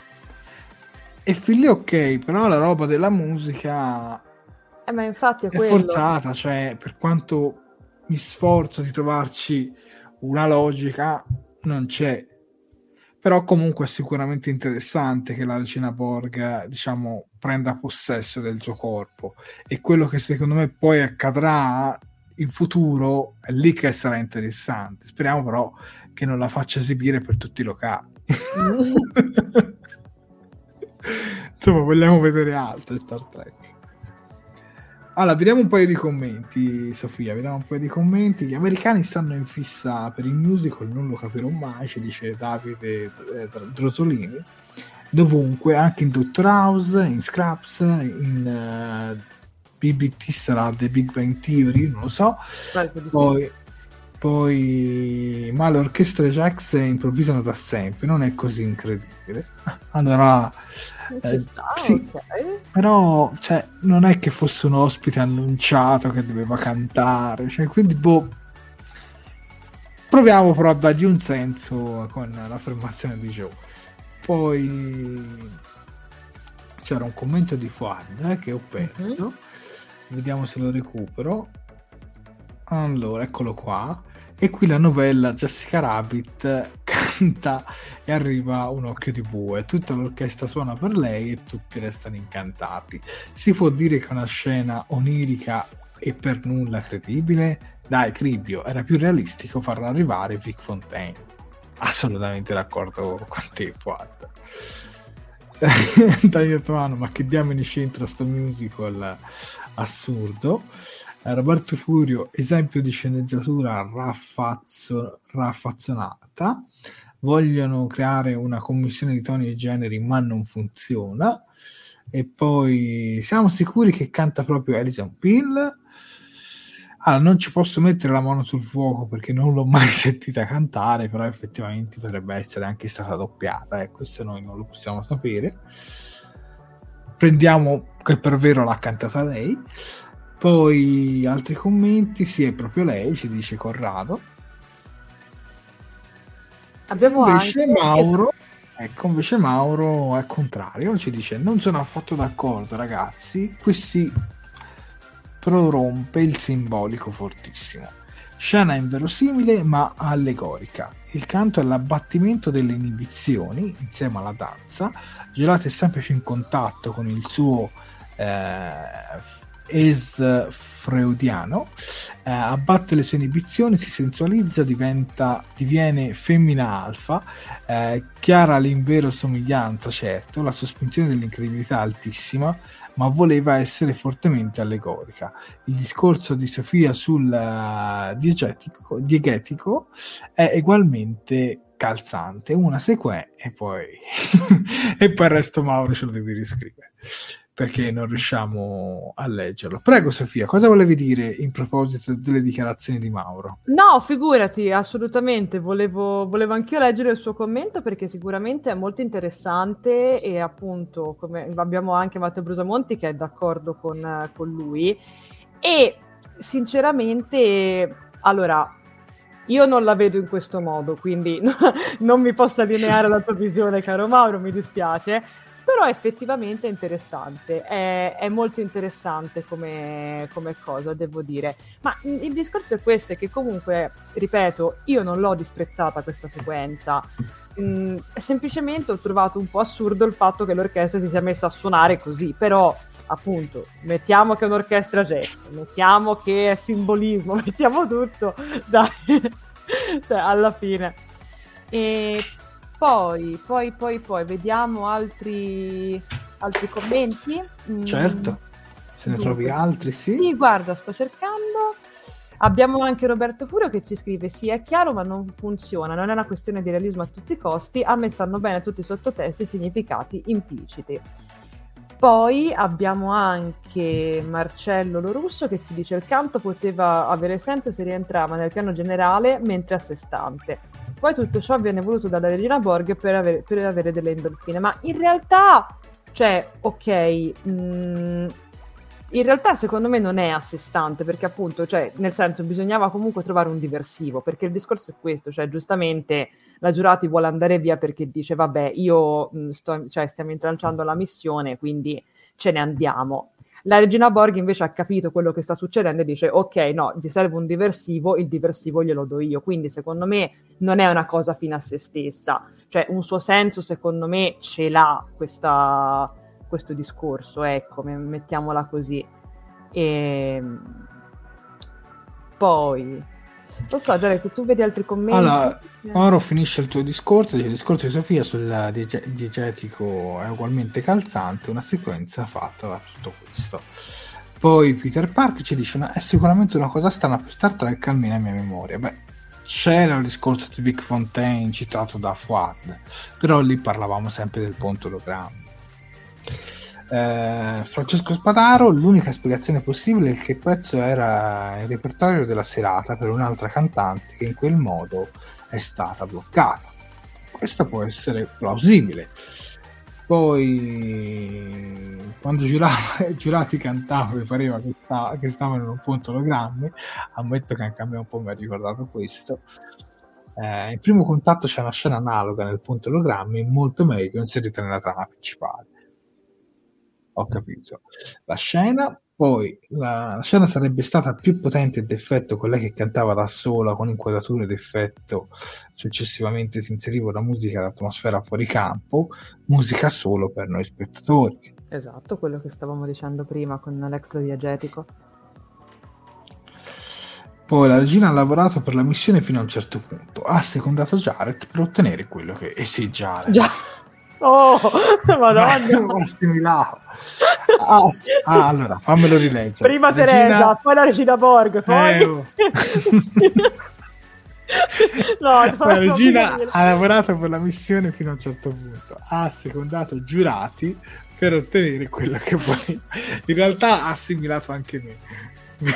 e fin lì ok, però la roba della musica eh, ma infatti è, è quello. forzata, cioè per quanto mi sforzo di trovarci una logica non c'è. Però comunque è sicuramente interessante che la regina Borg, diciamo, prenda possesso del suo corpo, e quello che secondo me poi accadrà in futuro è lì che sarà interessante. Speriamo però che non la faccia esibire per tutti i locali. Insomma, vogliamo vedere altro Star Trek. Allora, vediamo un paio di commenti, Sofia, vediamo un paio di commenti. Gli americani stanno in fissa per il musical, non lo capirò mai, ci dice Davide eh, Drosolini. Dovunque, anche in Doctor House, in Scraps, in uh, B B T sarà The Big Bang Theory, non lo so. Poi, poi ma le orchestre jazz improvvisano da sempre, non è così incredibile. Allora... Eh, sta, sì, okay. Però cioè, non è che fosse un ospite annunciato che doveva cantare, cioè, quindi boh, proviamo però a dargli un senso con l'affermazione di Joe. Poi c'era un commento di Fuad eh, che ho perso, mm-hmm. Vediamo se lo recupero. Allora, eccolo qua. E qui la novella Jessica Rabbit canta e arriva un occhio di bue, tutta l'orchestra suona per lei e tutti restano incantati. Si può dire che è una scena onirica e per nulla credibile? Dai, Cribio, era più realistico farla arrivare Vic Fontaine. Assolutamente d'accordo con te, Fuad. Dai, Otomano, ma che diamine c'entra sto musical assurdo? Roberto Furio, esempio di sceneggiatura raffazzo, raffazzonata. Vogliono creare una commissione di toni e generi, ma non funziona. E poi siamo sicuri che canta proprio Alison Pill? Allora, non ci posso mettere la mano sul fuoco perché non l'ho mai sentita cantare, però effettivamente potrebbe essere anche stata doppiata, eh, questo noi non lo possiamo sapere. Prendiamo che per vero l'ha cantata lei. Poi altri commenti, sì, è proprio lei, ci dice Corrado. Abbiamo invece anche... Mauro, ecco, invece Mauro è contrario, ci dice: non sono affatto d'accordo, ragazzi, qui si prorompe il simbolico fortissimo. Scena inverosimile ma allegorica. Il canto è l'abbattimento delle inibizioni insieme alla danza. Gelata è sempre più in contatto con il suo eh, es freudiano, eh, abbatte le sue inibizioni, si sensualizza, diventa, diviene femmina alfa, eh, chiara l'inverosomiglianza, certo, la sospensione dell'incredibilità altissima, ma voleva essere fortemente allegorica. Il discorso di Sofia sul uh, diegetico, diegetico è ugualmente calzante, una sequenza e poi e poi il resto Mauro ce lo devi riscrivere perché non riusciamo a leggerlo. Prego Sofia, cosa volevi dire in proposito delle dichiarazioni di Mauro? No, figurati, assolutamente, volevo, volevo anch'io leggere il suo commento perché sicuramente è molto interessante e appunto come abbiamo anche Matteo Brusamonti che è d'accordo con, con lui e sinceramente, allora, io non la vedo in questo modo, quindi non mi posso allineare alla tua visione, caro Mauro, mi dispiace. Però effettivamente è interessante, è, è molto interessante come, come cosa, devo dire. Ma il discorso è questo, è che comunque, ripeto, io non l'ho disprezzata questa sequenza, mm, semplicemente ho trovato un po' assurdo il fatto che l'orchestra si sia messa a suonare così, però appunto, mettiamo che è un'orchestra jazz, mettiamo che è simbolismo, mettiamo tutto, dai, cioè, alla fine. E... Poi, poi, poi, poi, vediamo altri, altri commenti. Certo, se ne Dunque. trovi altri, sì. Sì, guarda, sto cercando. Abbiamo anche Roberto Furio che ci scrive: sì, è chiaro, ma non funziona. Non è una questione di realismo a tutti i costi. A me stanno bene tutti i sottotesti e significati impliciti. Poi abbiamo anche Marcello Lorusso che ci dice: il canto poteva avere senso se rientrava nel piano generale mentre a sé stante. Poi tutto ciò viene voluto dalla regina Borg per avere, per avere delle endorfine. Ma in realtà, cioè, ok, mh, in realtà secondo me non è a sé stante, perché appunto, cioè, nel senso, bisognava comunque trovare un diversivo, perché il discorso è questo, cioè, giustamente la Giurati vuole andare via perché dice, vabbè, io mh, sto, cioè, stiamo intranciando la missione, quindi ce ne andiamo. La regina Borg invece ha capito quello che sta succedendo e dice ok, no, ti serve un diversivo, il diversivo glielo do io, quindi secondo me non è una cosa fine a se stessa, cioè un suo senso secondo me ce l'ha questa, questo discorso, ecco, mettiamola così. E poi non so, Jared, tu vedi altri commenti? Allora, ora finisce il tuo discorso. Il discorso di Sofia sul diege- diegetico è ugualmente calzante, una sequenza fatta da tutto questo. Poi Peter Park ci dice: è sicuramente una cosa strana per Star Trek, almeno a mia memoria. Beh, c'era il discorso di Vic Fontaine citato da Fuad, però lì parlavamo sempre del ponte ologramma. Eh, Francesco Spadaro, l'unica spiegazione possibile è che il pezzo era il repertorio della serata per un'altra cantante che in quel modo è stata bloccata. Questo può essere plausibile. Poi quando giurava, giurati cantava mi pareva che, sta, che stavano in un ponte ologrammi, ammetto che anche a me un po' mi ha ricordato questo. Eh, in Primo Contatto c'è una scena analoga nel ponte ologrammi, molto meglio inserita nella trama principale. Ho capito la scena. Poi la, la scena sarebbe stata più potente ed effetto con lei che cantava da sola con inquadrature d'effetto. Successivamente si inseriva la musica d'atmosfera fuori campo, musica solo per noi spettatori. Esatto, quello che stavamo dicendo prima con l'extra diegetico. Poi la regina ha lavorato per la missione fino a un certo punto, ha secondato Jared per ottenere quello che... Eh sì, Jared. Già. Oh, madonna. Ah, ah, allora, fammelo rileggere. Prima regina... Teresa, poi la regina Borg, poi... Eh, oh. no, la regina ha lavorato per la missione fino a un certo punto, ha secondato giurati per ottenere quello che voleva. In realtà ha assimilato anche me.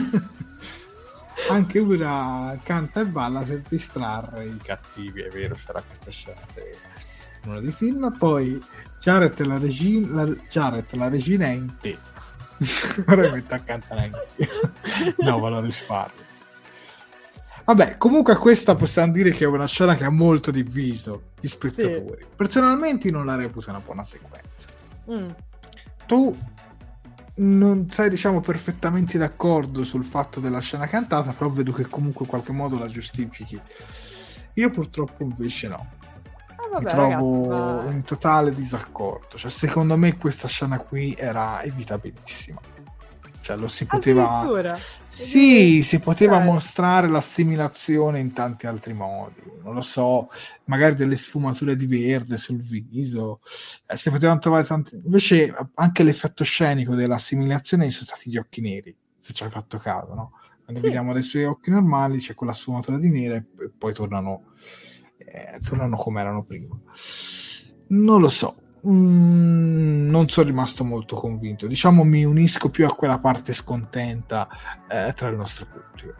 Anche una canta e balla per distrarre i cattivi, è vero, c'era questa scena seria in uno dei film. Poi Jared la regina, la, Jared, la regina è in te. Ora mi metto a cantare anche. No, ve lo risparmio. Vabbè, comunque questa possiamo dire che è una scena che ha molto diviso gli spettatori. Sì. Personalmente non la reputo una buona sequenza. Mm. Tu non sei, diciamo, perfettamente d'accordo sul fatto della scena cantata, però vedo che comunque in qualche modo la giustifichi. Io purtroppo invece no. Ah, vabbè, mi trovo ragazzi, ma... in totale disaccordo. Cioè, secondo me questa scena qui era evitabilissima. Cioè, lo si poteva... Sì, si poteva Dai. mostrare l'assimilazione in tanti altri modi. Non lo so, magari delle sfumature di verde sul viso. Eh, si potevano trovare tanti... Invece anche l'effetto scenico dell'assimilazione sono stati gli occhi neri, se ci hai fatto caso, no? Quando sì. vediamo dei suoi occhi normali c'è quella sfumatura di nere e poi tornano, eh, tornano come erano prima. Non lo so. Mm, non sono rimasto molto convinto, diciamo mi unisco più a quella parte scontenta eh, tra il nostro pubblico.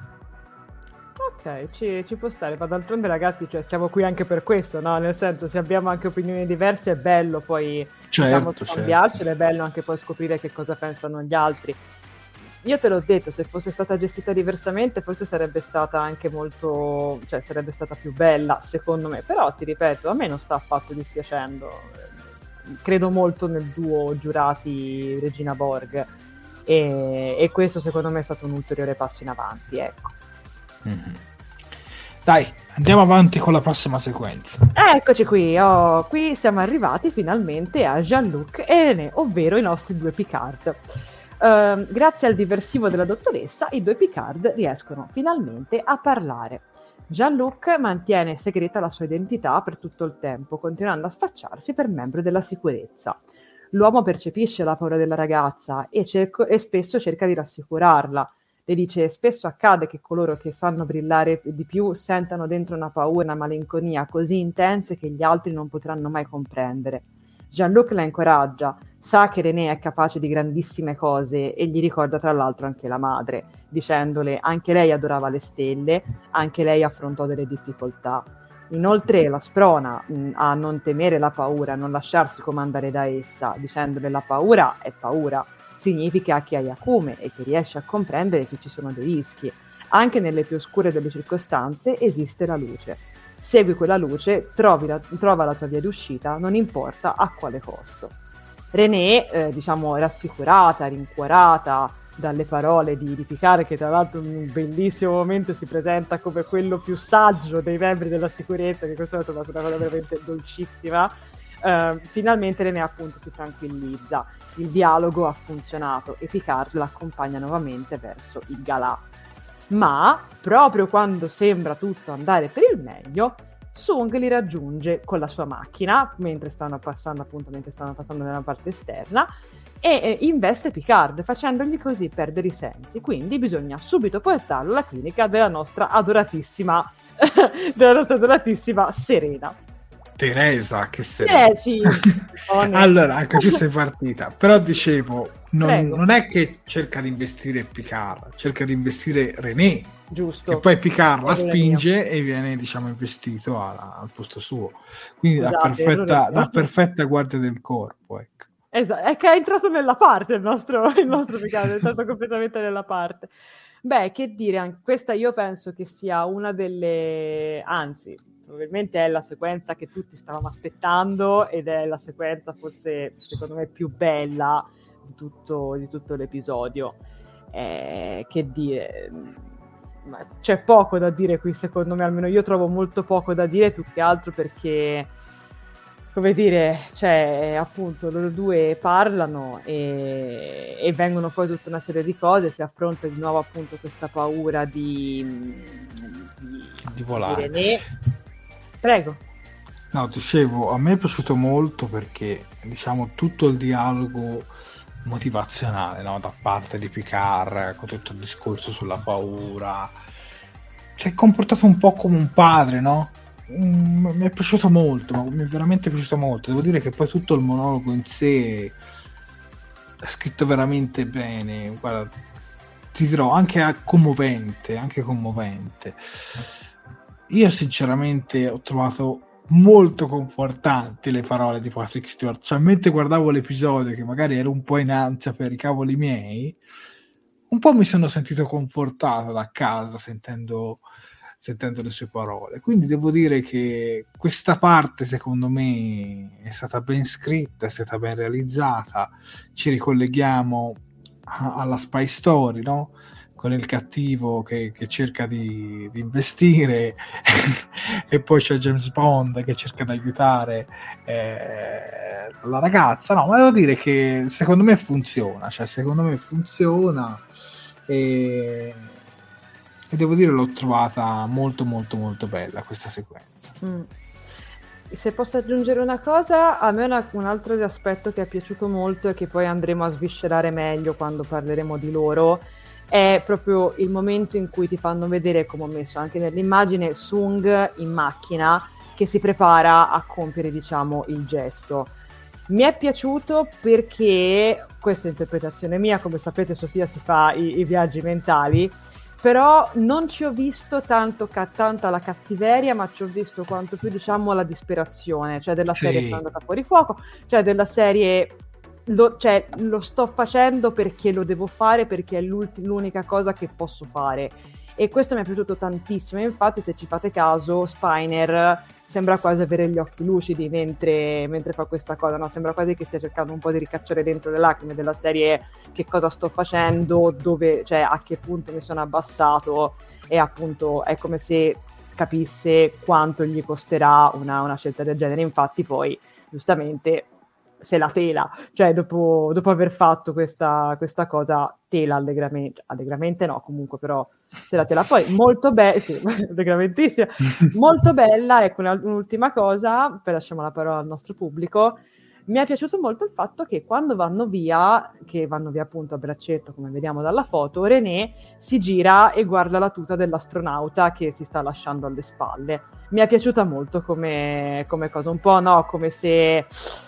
Ok, ci, ci può stare, ma d'altronde ragazzi, cioè, siamo qui anche per questo, no? Nel senso, se abbiamo anche opinioni diverse è bello poi certo, diciamo, scambiarcene, certo. È bello anche poi scoprire che cosa pensano gli altri. Io te l'ho detto, se fosse stata gestita diversamente forse sarebbe stata anche molto, cioè sarebbe stata più bella secondo me, però ti ripeto, a me non sta affatto dispiacendo. Credo molto nel duo Giurati Regina Borg e, e questo secondo me è stato un ulteriore passo in avanti, ecco. Mm-hmm. Dai, andiamo avanti con la prossima sequenza. Eccoci qui, oh, qui siamo arrivati finalmente a Jean-Luc e René, ovvero i nostri due Picard. Uh, grazie al diversivo della dottoressa i due Picard riescono finalmente a parlare. Jean-Luc mantiene segreta la sua identità per tutto il tempo, continuando a spacciarsi per membro della sicurezza. L'uomo percepisce la paura della ragazza e, cerco- e spesso cerca di rassicurarla. Le dice: spesso accade che coloro che sanno brillare di più sentano dentro una paura, una malinconia così intense che gli altri non potranno mai comprendere. Jean-Luc la incoraggia, sa che René è capace di grandissime cose e gli ricorda tra l'altro anche la madre, dicendole anche lei adorava le stelle, anche lei affrontò delle difficoltà. Inoltre la sprona mh, a non temere la paura, a non lasciarsi comandare da essa, dicendole la paura è paura, significa che hai acume e che riesci a comprendere che ci sono dei rischi. Anche nelle più oscure delle circostanze esiste la luce. Segui quella luce, trovi la, trova la tua via d'uscita, non importa a quale costo. René, eh, diciamo, rassicurata, rincuorata dalle parole di, di Picard, che tra l'altro in un bellissimo momento si presenta come quello più saggio dei membri della sicurezza, che questo l'ho trovato una cosa veramente dolcissima, eh, finalmente René appunto si tranquillizza, il dialogo ha funzionato e Picard l'accompagna nuovamente verso il Galà. Ma proprio quando sembra tutto andare per il meglio, Sung li raggiunge con la sua macchina mentre stanno passando appunto mentre stanno passando nella parte esterna e eh, investe Picard facendogli così perdere i sensi, quindi bisogna subito portarlo alla clinica della nostra adoratissima della nostra adoratissima Serena. Teresa, che Serena. Eh sì. Oh, no. Allora, anche tu sei partita, però dicevo, non, non è che cerca di investire Picard, cerca di investire René. Giusto. E poi Picard la Errore spinge mio. e viene, diciamo, investito alla, al posto suo. Quindi Scusate, da perfetta, errore da mio. perfetta guardia del corpo, ecco. Esatto, è che è entrato nella parte il nostro, il nostro Picard, è entrato completamente nella parte. Beh, che dire, anche questa io penso che sia una delle... anzi, probabilmente è la sequenza che tutti stavamo aspettando ed è la sequenza forse, secondo me, più bella di tutto, di tutto l'episodio. Eh, che dire... Ma c'è poco da dire qui, secondo me, almeno io trovo molto poco da dire, più che altro perché, come dire, cioè, appunto, loro due parlano e, e vengono poi tutta una serie di cose, si affronta di nuovo appunto questa paura di di, Di volare. di René. Prego. No, dicevo, a me è piaciuto molto perché, diciamo, tutto il dialogo motivazionale, no, da parte di Picard, con tutto il discorso sulla paura, si è comportato un po' come un padre, no? Mm, mi è piaciuto molto, ma mi è veramente piaciuto molto. Devo dire che poi tutto il monologo in sé è scritto veramente bene. Guarda, ti dirò, anche commovente, anche commovente. Io sinceramente ho trovato molto confortanti le parole di Patrick Stewart, cioè mentre guardavo l'episodio, che magari ero un po' in ansia per i cavoli miei, un po' mi sono sentito confortato da casa sentendo, sentendo le sue parole. Quindi devo dire che questa parte secondo me è stata ben scritta, è stata ben realizzata. Ci ricolleghiamo a, alla Spy Story, no? Con il cattivo che, che cerca di, di investire e poi c'è James Bond che cerca di aiutare eh, la ragazza. No, ma devo dire che secondo me funziona, cioè secondo me funziona e, e devo dire l'ho trovata molto molto molto bella questa sequenza. Mm. Se posso aggiungere una cosa, a me una, un altro aspetto che è piaciuto molto e che poi andremo a sviscerare meglio quando parleremo di loro è proprio il momento in cui ti fanno vedere, come ho messo anche nell'immagine, Sung in macchina che si prepara a compiere, diciamo, il gesto. Mi è piaciuto perché, questa è interpretazione mia, come sapete Sofia si fa i, i viaggi mentali, però non ci ho visto tanto ca- tanta la cattiveria, ma ci ho visto quanto più, diciamo, la disperazione, cioè della serie Sì. sono andata fuori fuoco, cioè della serie... Lo, cioè, lo sto facendo perché lo devo fare, perché è l'unica cosa che posso fare, e questo mi è piaciuto tantissimo. Infatti, se ci fate caso, Spiner sembra quasi avere gli occhi lucidi mentre, mentre fa questa cosa, no? Sembra quasi che stia cercando un po' di ricacciare dentro le lacrime, della serie che cosa sto facendo, dove, cioè a che punto mi sono abbassato, e appunto è come se capisse quanto gli costerà una, una scelta del genere. Infatti poi giustamente se la tela, cioè dopo, dopo aver fatto questa, questa cosa tela allegramente, allegramente no comunque, però se la tela. Poi molto bella, sì, allegramentissima, molto bella. Ecco, un'ultima cosa, poi lasciamo la parola al nostro pubblico. Mi è piaciuto molto il fatto che quando vanno via, che vanno via appunto a braccetto, come vediamo dalla foto, René si gira e guarda la tuta dell'astronauta che si sta lasciando alle spalle. Mi è piaciuta molto come, come cosa, un po', no, come se...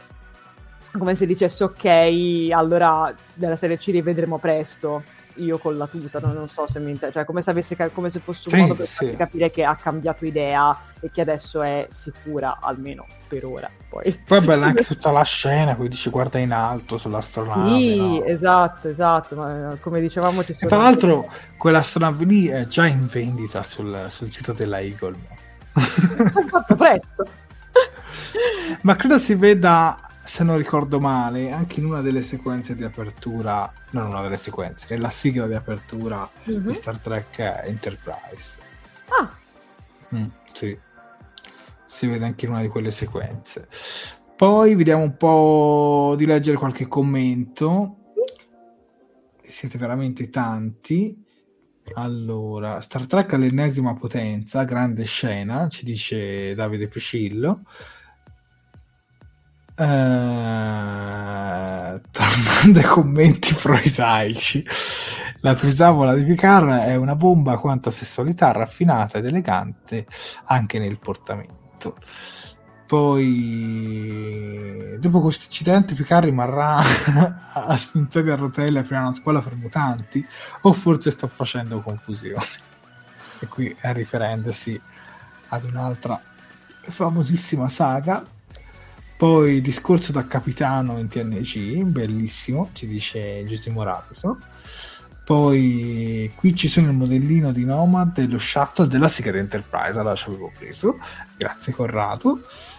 come se dicesse ok, allora della serie ci rivedremo presto, io con la tuta, no? Non so se mi inter- cioè come se avesse ca- come se fosse un Sì, modo per sì. farti capire che ha cambiato idea e che adesso è sicura, almeno per ora. Poi, Poi è bella anche tutta la scena, qui dici guarda in alto sull'astronave. sì, No? esatto, esatto, ma come dicevamo ci E sono... tra l'altro quell'astronave lì è già in vendita sul, sul sito della Eagle. Ho fatto presto! Ma credo si veda se non ricordo male, anche in una delle sequenze di apertura, non una delle sequenze, nella sigla di apertura mm-hmm. di Star Trek Enterprise. Ah! Mm, sì, si vede anche in una di quelle sequenze. Poi vediamo un po' di leggere qualche commento. Siete veramente tanti. Allora, Star Trek all'ennesima potenza, grande scena, ci dice Davide Piscillo. Uh, tornando ai commenti prosaici, la trisavola di Picard è una bomba quanto a sessualità raffinata ed elegante anche nel portamento. Poi dopo questo incidente Picard rimarrà in sedia a rotelle a aprire una scuola per mutanti, o forse sto facendo confusione, e qui è riferendosi ad un'altra famosissima saga. Poi discorso da capitano in T N G, bellissimo, ci dice Giusimo Rapido. Poi qui ci sono il modellino di Nomad e lo shuttle della Secret Enterprise, allora ci avevo preso, grazie Corrado.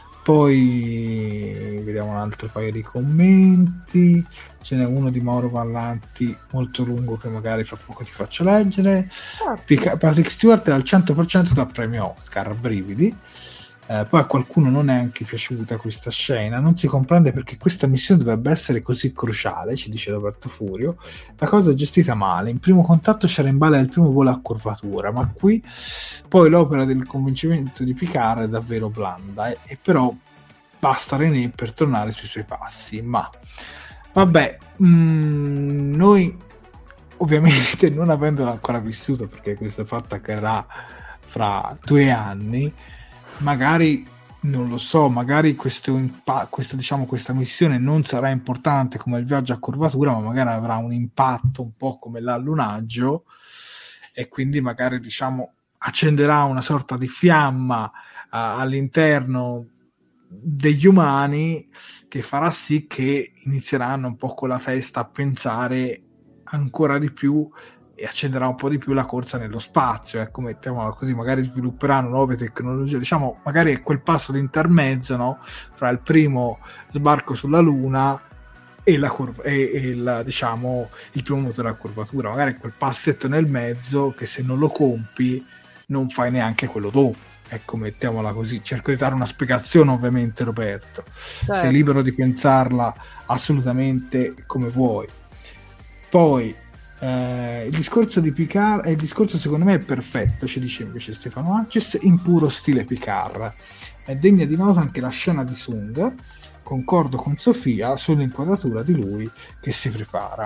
Poi vediamo un altro paio di commenti, ce n'è uno di Mauro Vallanti molto lungo che magari fra poco ti faccio leggere. Pica- Patrick Stewart è al cento per cento da premio Oscar, brividi. Eh, poi a qualcuno non è anche piaciuta questa scena, non si comprende perché questa missione dovrebbe essere così cruciale, ci dice Roberto Furio. La cosa è gestita male, in primo contatto c'era in balia il primo volo a curvatura, ma qui poi l'opera del convincimento di Picard è davvero blanda, e, e però basta René per tornare sui suoi passi. Ma vabbè, mh, noi ovviamente non avendola ancora vissuto, perché questo fatto accadrà fra due anni, magari non lo so, magari questo impa- questa, diciamo, questa missione non sarà importante come il viaggio a curvatura, ma magari avrà un impatto un po' come l'allunaggio, e quindi magari, diciamo, accenderà una sorta di fiamma uh, all'interno degli umani, che farà sì che inizieranno un po' con la testa a pensare ancora di più, e accenderà un po' di più la corsa nello spazio, ecco, mettiamola così, magari svilupperanno nuove tecnologie, diciamo, magari è quel passo di intermezzo, no? Fra il primo sbarco sulla Luna e la curva, e, e il, diciamo, il primo motore a curvatura, magari quel passetto nel mezzo che se non lo compi non fai neanche quello dopo, ecco, mettiamola così. Cerco di dare una spiegazione, ovviamente, Roberto, certo. Sei libero di pensarla assolutamente come vuoi. Poi Eh, il discorso di Picard, eh, il discorso secondo me è perfetto, ci dice invece Stefano Aces, in puro stile Picard. È degna di nota anche la scena di Sung, concordo con Sofia sull'inquadratura di lui che si prepara.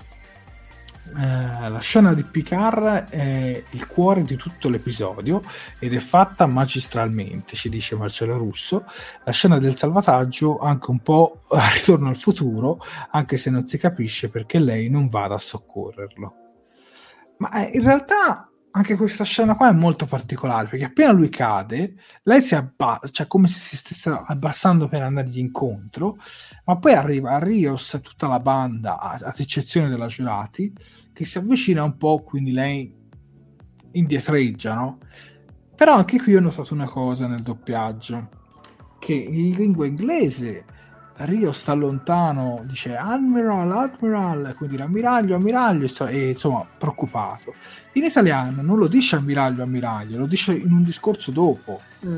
Eh, la scena di Picard è il cuore di tutto l'episodio ed è fatta magistralmente, ci dice Marcello Russo. La scena del salvataggio anche un po' Ritorno al futuro, anche se non si capisce perché lei non vada a soccorrerlo. Ma eh, in realtà anche questa scena qua è molto particolare, perché appena lui cade lei si abbassa, cioè come se si stesse abbassando per andargli incontro, ma poi arriva a Rios tutta la banda, ad eccezione della Giurati, che si avvicina un po', quindi lei indietreggia, no? Però anche qui ho notato una cosa nel doppiaggio, che in lingua inglese Rio sta lontano, dice Admiral, Admiral, quindi ammiraglio, ammiraglio, e insomma preoccupato. In italiano non lo dice ammiraglio, ammiraglio, lo dice in un discorso dopo. Mm.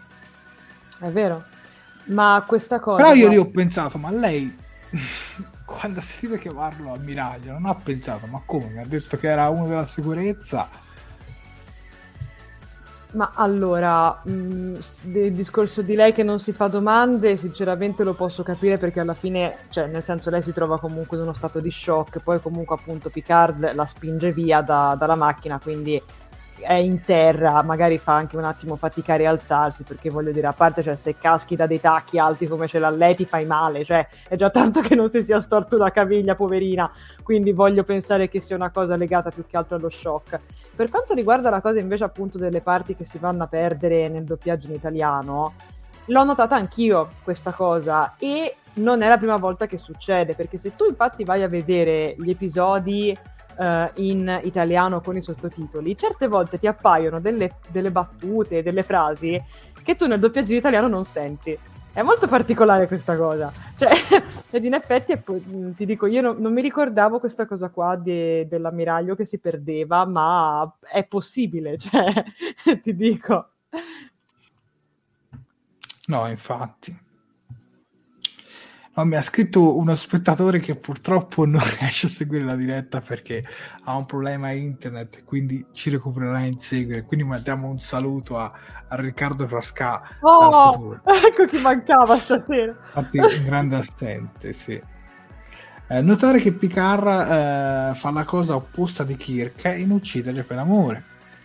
È vero, ma questa cosa... Però io lì ho pensato, ma lei quando ha sentito chiamarlo ammiraglio non ha pensato, ma come? Mi ha detto che era uno della sicurezza. Ma allora, mh, il discorso di lei che non si fa domande, sinceramente lo posso capire, perché alla fine, cioè nel senso, lei si trova comunque in uno stato di shock, poi comunque appunto Picard la spinge via da, dalla macchina, quindi è in terra, magari fa anche un attimo fatica a rialzarsi, perché voglio dire, a parte, cioè, se caschi da dei tacchi alti come ce l'ha lei ti fai male, cioè è già tanto che non si sia storto la caviglia, poverina, quindi voglio pensare che sia una cosa legata più che altro allo shock. Per quanto riguarda la cosa invece appunto delle parti che si vanno a perdere nel doppiaggio in italiano, l'ho notata anch'io questa cosa, e non è la prima volta che succede, perché se tu infatti vai a vedere gli episodi Uh, in italiano con i sottotitoli, certe volte ti appaiono delle, delle battute, delle frasi che tu nel doppiaggio in italiano non senti. È molto particolare questa cosa, cioè, ed in effetti è, ti dico, io non, non mi ricordavo questa cosa qua de, dell'ammiraglio che si perdeva, ma è possibile, cioè, ti dico. No, infatti. No, mi ha scritto uno spettatore che purtroppo non riesce a seguire la diretta perché ha un problema internet, quindi ci recupererà in seguito. Quindi mandiamo un saluto a, a Riccardo Frasca. Oh, ecco chi mancava stasera. Infatti un grande assente, sì. Eh, notare che Picard eh, fa la cosa opposta di Kirk in Uccidere per amore.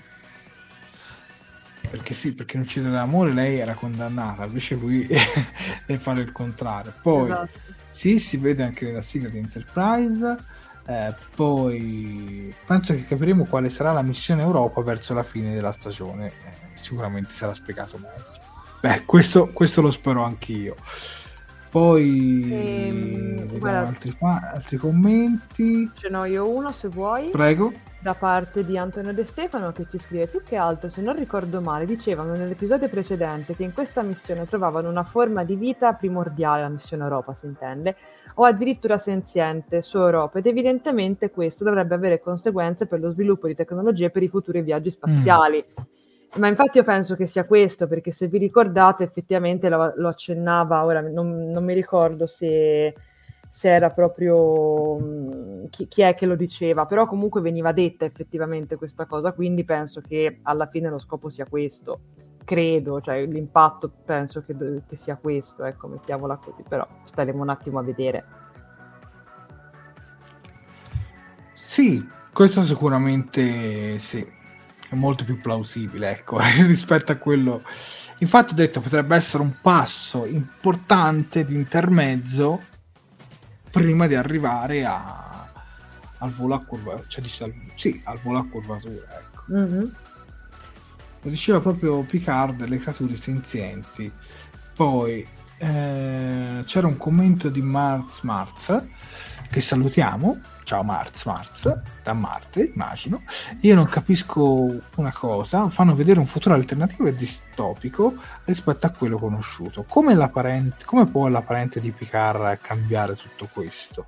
Perché sì, perché in Uccidere per amore lei era condannata, invece lui deve fare il contrario. Poi esatto. Sì, si vede anche nella sigla di Enterprise. Eh, poi penso che capiremo quale sarà la missione Europa verso la fine della stagione. Eh, sicuramente sarà spiegato meglio. Beh, questo, questo lo spero anch'io. Poi ehm, vediamo altri, altri commenti. Ce n'ho io uno se vuoi. Prego. Da parte di Antonio De Stefano, che ci scrive: più che altro, se non ricordo male, dicevano nell'episodio precedente che in questa missione trovavano una forma di vita primordiale, la missione Europa si intende, o addirittura senziente su Europa, ed evidentemente questo dovrebbe avere conseguenze per lo sviluppo di tecnologie per i futuri viaggi spaziali. Mm. Ma infatti io penso che sia questo, perché se vi ricordate effettivamente lo, lo accennava, ora non, non mi ricordo se... se era proprio mh, chi, chi è che lo diceva, però comunque veniva detta effettivamente questa cosa, quindi penso che alla fine lo scopo sia questo, credo, cioè l'impatto penso che, che sia questo, ecco, mettiamola così, però staremo un attimo a vedere. Sì, questo sicuramente sì, è molto più plausibile, ecco, rispetto a quello. Infatti ho detto, potrebbe essere un passo importante di intermezzo prima di arrivare a, al volo a curvatura, cioè sì, al volo a curvatura, ecco. Mm-hmm. Lo diceva proprio Picard, le creature senzienti. Poi eh, c'era un commento di Marz Marz, che salutiamo. Ciao Marz Marz, da Marte, immagino. Io non capisco una cosa, fanno vedere un futuro alternativo e distopico rispetto a quello conosciuto. Come, la parente, come può la parente di Picard cambiare tutto questo?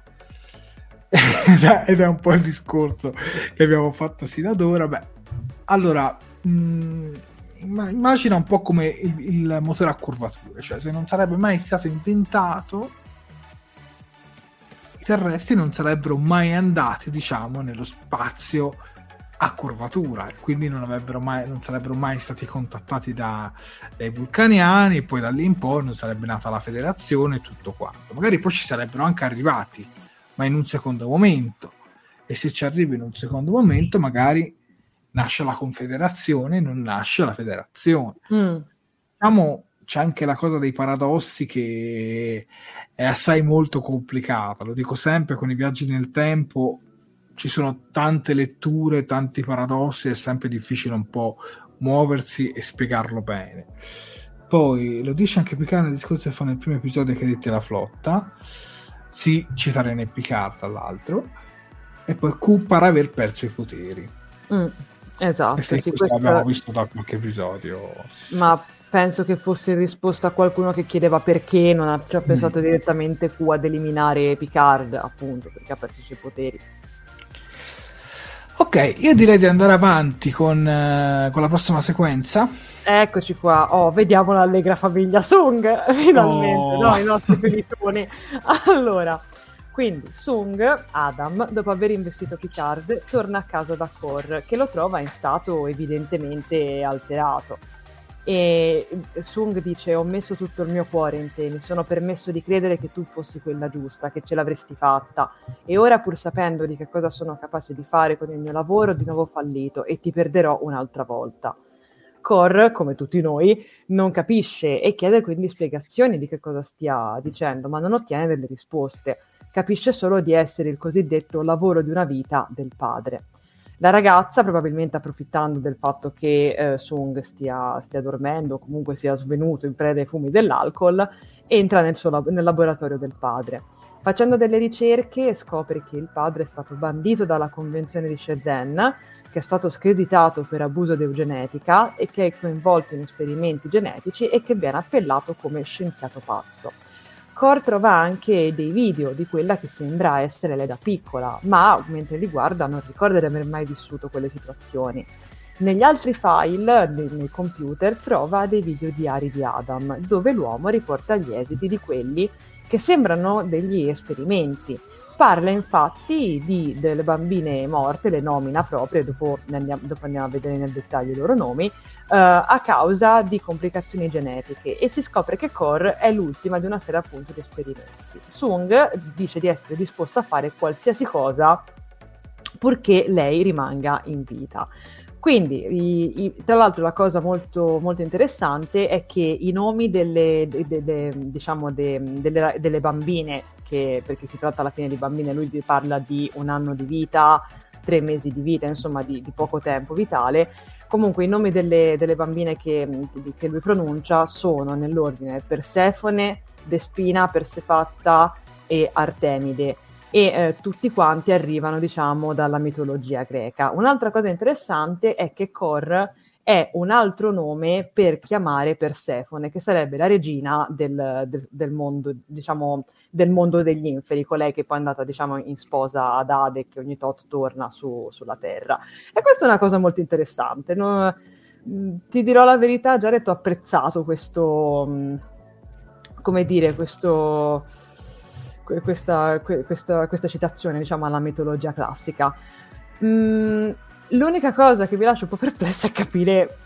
Ed è un po' il discorso che abbiamo fatto sino ad ora. Beh, allora, mh, immagina un po' come il, il motore a curvature, cioè se non sarebbe mai stato inventato, terrestri non sarebbero mai andati, diciamo, nello spazio a curvatura, quindi non avrebbero mai, non sarebbero mai stati contattati da, dai vulcaniani, poi da lì in poi non sarebbe nata la federazione e tutto quanto. Magari poi ci sarebbero anche arrivati, ma in un secondo momento, e se ci arrivi in un secondo momento magari nasce la confederazione, non nasce la federazione. Mm. Diciamo, c'è anche la cosa dei paradossi che è assai molto complicata, lo dico sempre, con i viaggi nel tempo ci sono tante letture, tanti paradossi, è sempre difficile un po' muoversi e spiegarlo bene. Poi lo dice anche Picard nel discorso che fa nel primo episodio che dette la flotta, sì, citare nel Picard tra l'altro, e poi Q pare aver perso i poteri. Mm, esatto. E se sì, questo questo l'abbiamo visto da qualche episodio. Ma penso che fosse in risposta a qualcuno che chiedeva perché non ha, cioè, pensato mm. direttamente Q ad eliminare Picard, appunto, perché ha perso i suoi poteri. Ok, io direi di andare avanti con, uh, con la prossima sequenza. Eccoci qua, oh, vediamo l'allegra famiglia Sung, finalmente, oh. no, i nostri pelitoni. Allora, quindi Sung, Adam, dopo aver investito Picard, torna a casa da Kor, che lo trova in stato evidentemente alterato. E Sung dice: ho messo tutto il mio cuore in te, mi sono permesso di credere che tu fossi quella giusta, che ce l'avresti fatta, e ora, pur sapendo di che cosa sono capace di fare con il mio lavoro, di nuovo fallito e ti perderò un'altra volta. Kor, come tutti noi, non capisce e chiede quindi spiegazioni di che cosa stia dicendo, ma non ottiene delle risposte. Capisce solo di essere il cosiddetto lavoro di una vita del padre. La ragazza, probabilmente approfittando del fatto che eh, Sung stia, stia dormendo o comunque sia svenuto in preda ai fumi dell'alcol, entra nel, suo lab- nel laboratorio del padre. Facendo delle ricerche scopre che il padre è stato bandito dalla Convenzione di Shenzhen, che è stato screditato per abuso di eugenetica e che è coinvolto in esperimenti genetici e che viene appellato come scienziato pazzo. Cor trova anche dei video di quella che sembra essere lei da piccola, ma mentre li guarda non ricorda di aver mai vissuto quelle situazioni. Negli altri file, nel, nel computer, trova dei video diari di Adam, dove l'uomo riporta gli esiti di quelli che sembrano degli esperimenti. Parla infatti di delle bambine morte, le nomina proprio, dopo andiamo, dopo andiamo a vedere nel dettaglio i loro nomi, Uh, a causa di complicazioni genetiche, e si scopre che Cor è l'ultima di una serie appunto di esperimenti. Sung dice di essere disposta a fare qualsiasi cosa purché lei rimanga in vita. Quindi, i, i, tra l'altro, la cosa molto, molto interessante è che i nomi delle, de, de, de, diciamo de, delle, delle bambine, che, perché si tratta alla fine di bambine, lui parla di un anno di vita, tre mesi di vita, insomma di, di poco tempo vitale. Comunque i nomi delle, delle bambine che, che lui pronuncia sono nell'ordine Persefone, Despina, Persefatta e Artemide, e eh, tutti quanti arrivano, diciamo, dalla mitologia greca. Un'altra cosa interessante è che Cor è un altro nome per chiamare Persefone, che sarebbe la regina del, del, del mondo, diciamo, del mondo degli inferi, colei che poi è andata, diciamo, in sposa ad Ade, che ogni tot torna su, sulla terra. E questa è una cosa molto interessante. No? Ti dirò la verità, Jared, ho apprezzato questo, come dire, questo, questa, questa, questa citazione, diciamo, alla mitologia classica. Mm, L'unica cosa che mi lascia un po' perplessa è capire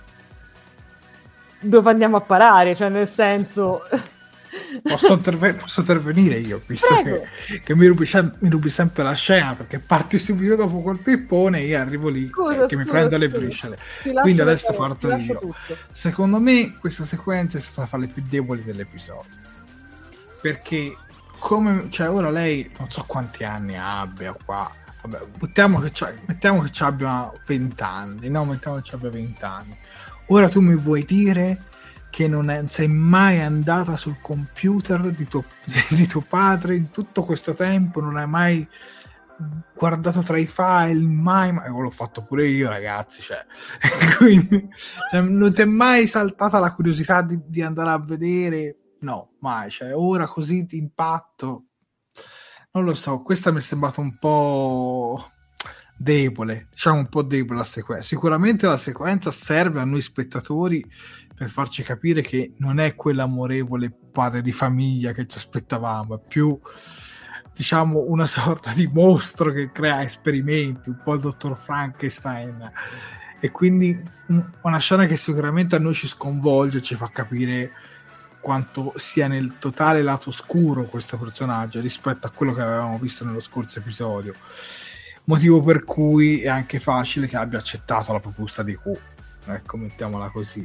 dove andiamo a parare, cioè nel senso... Posso, interve- posso intervenire io, visto che, che mi, rubi, mi rubi sempre la scena, perché parti subito dopo col pippone e io arrivo lì scusa, che scusa, mi prendo scusa. le briciole. Quindi adesso parto io. Tutto. Secondo me questa sequenza è stata fra le più deboli dell'episodio. Perché, come, cioè ora lei non so quanti anni abbia qua. Vabbè, mettiamo che, mettiamo che ci abbia venti anni, no? Mettiamo che ci abbia venti anni. Ora tu mi vuoi dire che non è, sei mai andata sul computer di tuo, di tuo padre in tutto questo tempo, non hai mai guardato tra i file, mai, mai l'ho fatto pure io, ragazzi, cioè, quindi, cioè, non ti è mai saltata la curiosità di, di andare a vedere? No, mai, cioè, ora così di impatto. Non lo so, questa mi è sembrata un po' debole, diciamo un po' debole la sequenza. Sicuramente la sequenza serve a noi spettatori per farci capire che non è quell'amorevole padre di famiglia che ci aspettavamo, è più, diciamo, una sorta di mostro che crea esperimenti, un po' il dottor Frankenstein. E quindi una scena che sicuramente a noi ci sconvolge, ci fa capire quanto sia nel totale lato oscuro questo personaggio rispetto a quello che avevamo visto nello scorso episodio, motivo per cui è anche facile che abbia accettato la proposta di Q, ecco, mettiamola così.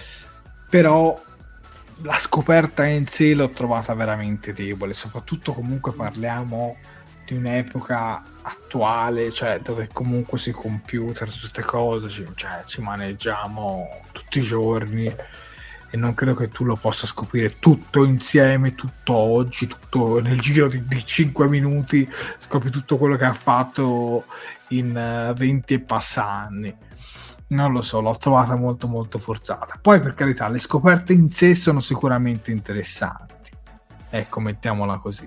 Però la scoperta in sé l'ho trovata veramente debole, soprattutto comunque parliamo di un'epoca attuale, cioè dove comunque sui computer, su queste cose ci, cioè, ci maneggiamo tutti i giorni, e non credo che tu lo possa scoprire tutto insieme, tutto oggi, tutto nel giro di, di cinque minuti, scopri tutto quello che ha fatto in uh, venti e passa anni. Non lo so, l'ho trovata molto molto forzata. Poi, per carità, le scoperte in sé sono sicuramente interessanti, ecco, mettiamola così.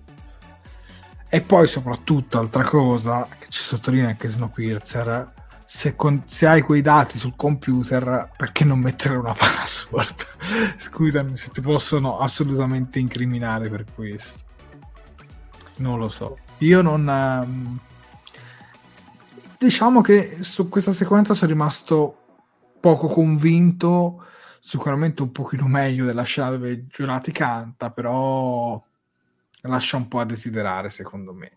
E poi soprattutto, altra cosa che ci sottolinea anche Snowpiercer, Se, con, se hai quei dati sul computer, perché non mettere una password? Scusami se ti possono assolutamente incriminare per questo. Non lo so. Io non... Um, diciamo che su questa sequenza sono rimasto poco convinto, sicuramente un pochino meglio della scena dove i giurati canta, però lascia un po' a desiderare, secondo me.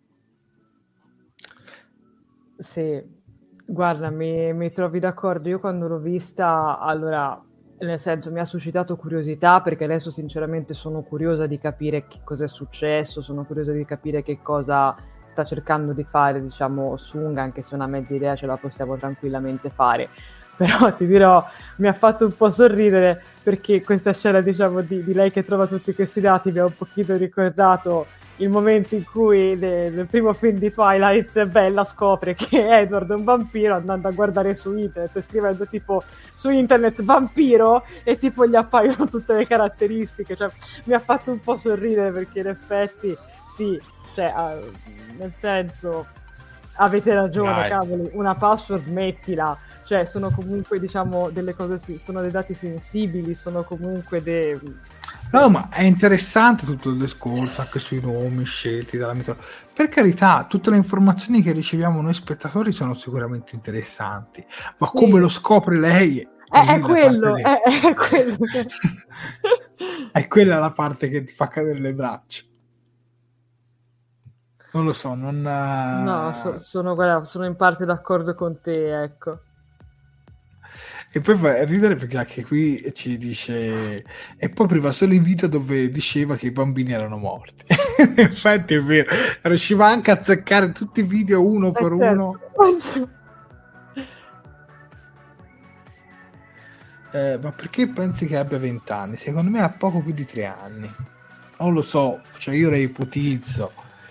Sì. Guarda, mi, mi trovi d'accordo. Io quando l'ho vista, allora, nel senso, mi ha suscitato curiosità, perché adesso sinceramente sono curiosa di capire che cosa è successo, sono curiosa di capire che cosa sta cercando di fare, diciamo, Sung, anche se una mezza idea ce la possiamo tranquillamente fare. Però ti dirò, mi ha fatto un po' sorridere, perché questa scena, diciamo, di, di lei che trova tutti questi dati mi ha un pochino ricordato il momento in cui le, nel primo film di Twilight Bella scopre che Edward è un vampiro andando a guardare su internet, scrivendo tipo su internet vampiro e tipo gli appaiono tutte le caratteristiche, cioè mi ha fatto un po' sorridere perché in effetti sì, cioè uh, nel senso avete ragione, Dai. cavoli, una password mettila, cioè sono comunque diciamo delle cose, sì, sono dei dati sensibili, sono comunque dei... No, ma è interessante tutto il discorso, anche sui nomi scelti dalla mitologia. Per carità, tutte le informazioni che riceviamo noi spettatori sono sicuramente interessanti, ma Sì. come lo scopre lei? È, è lì la quello, parte è, è quello che... lì. È quella la parte che ti fa cadere le braccia. Non lo so, non... No, eh, so- sono, guarda, sono in parte d'accordo con te, ecco. E poi fa ridere perché anche qui ci dice e poi priva solo in video dove diceva che i bambini erano morti. In effetti è vero, riusciva anche a azzeccare tutti i video uno per Eh, uno. certo. Eh, ma perché pensi che abbia vent'anni? Secondo me ha poco più di tre anni. Non lo so, cioè io le ipotizzo.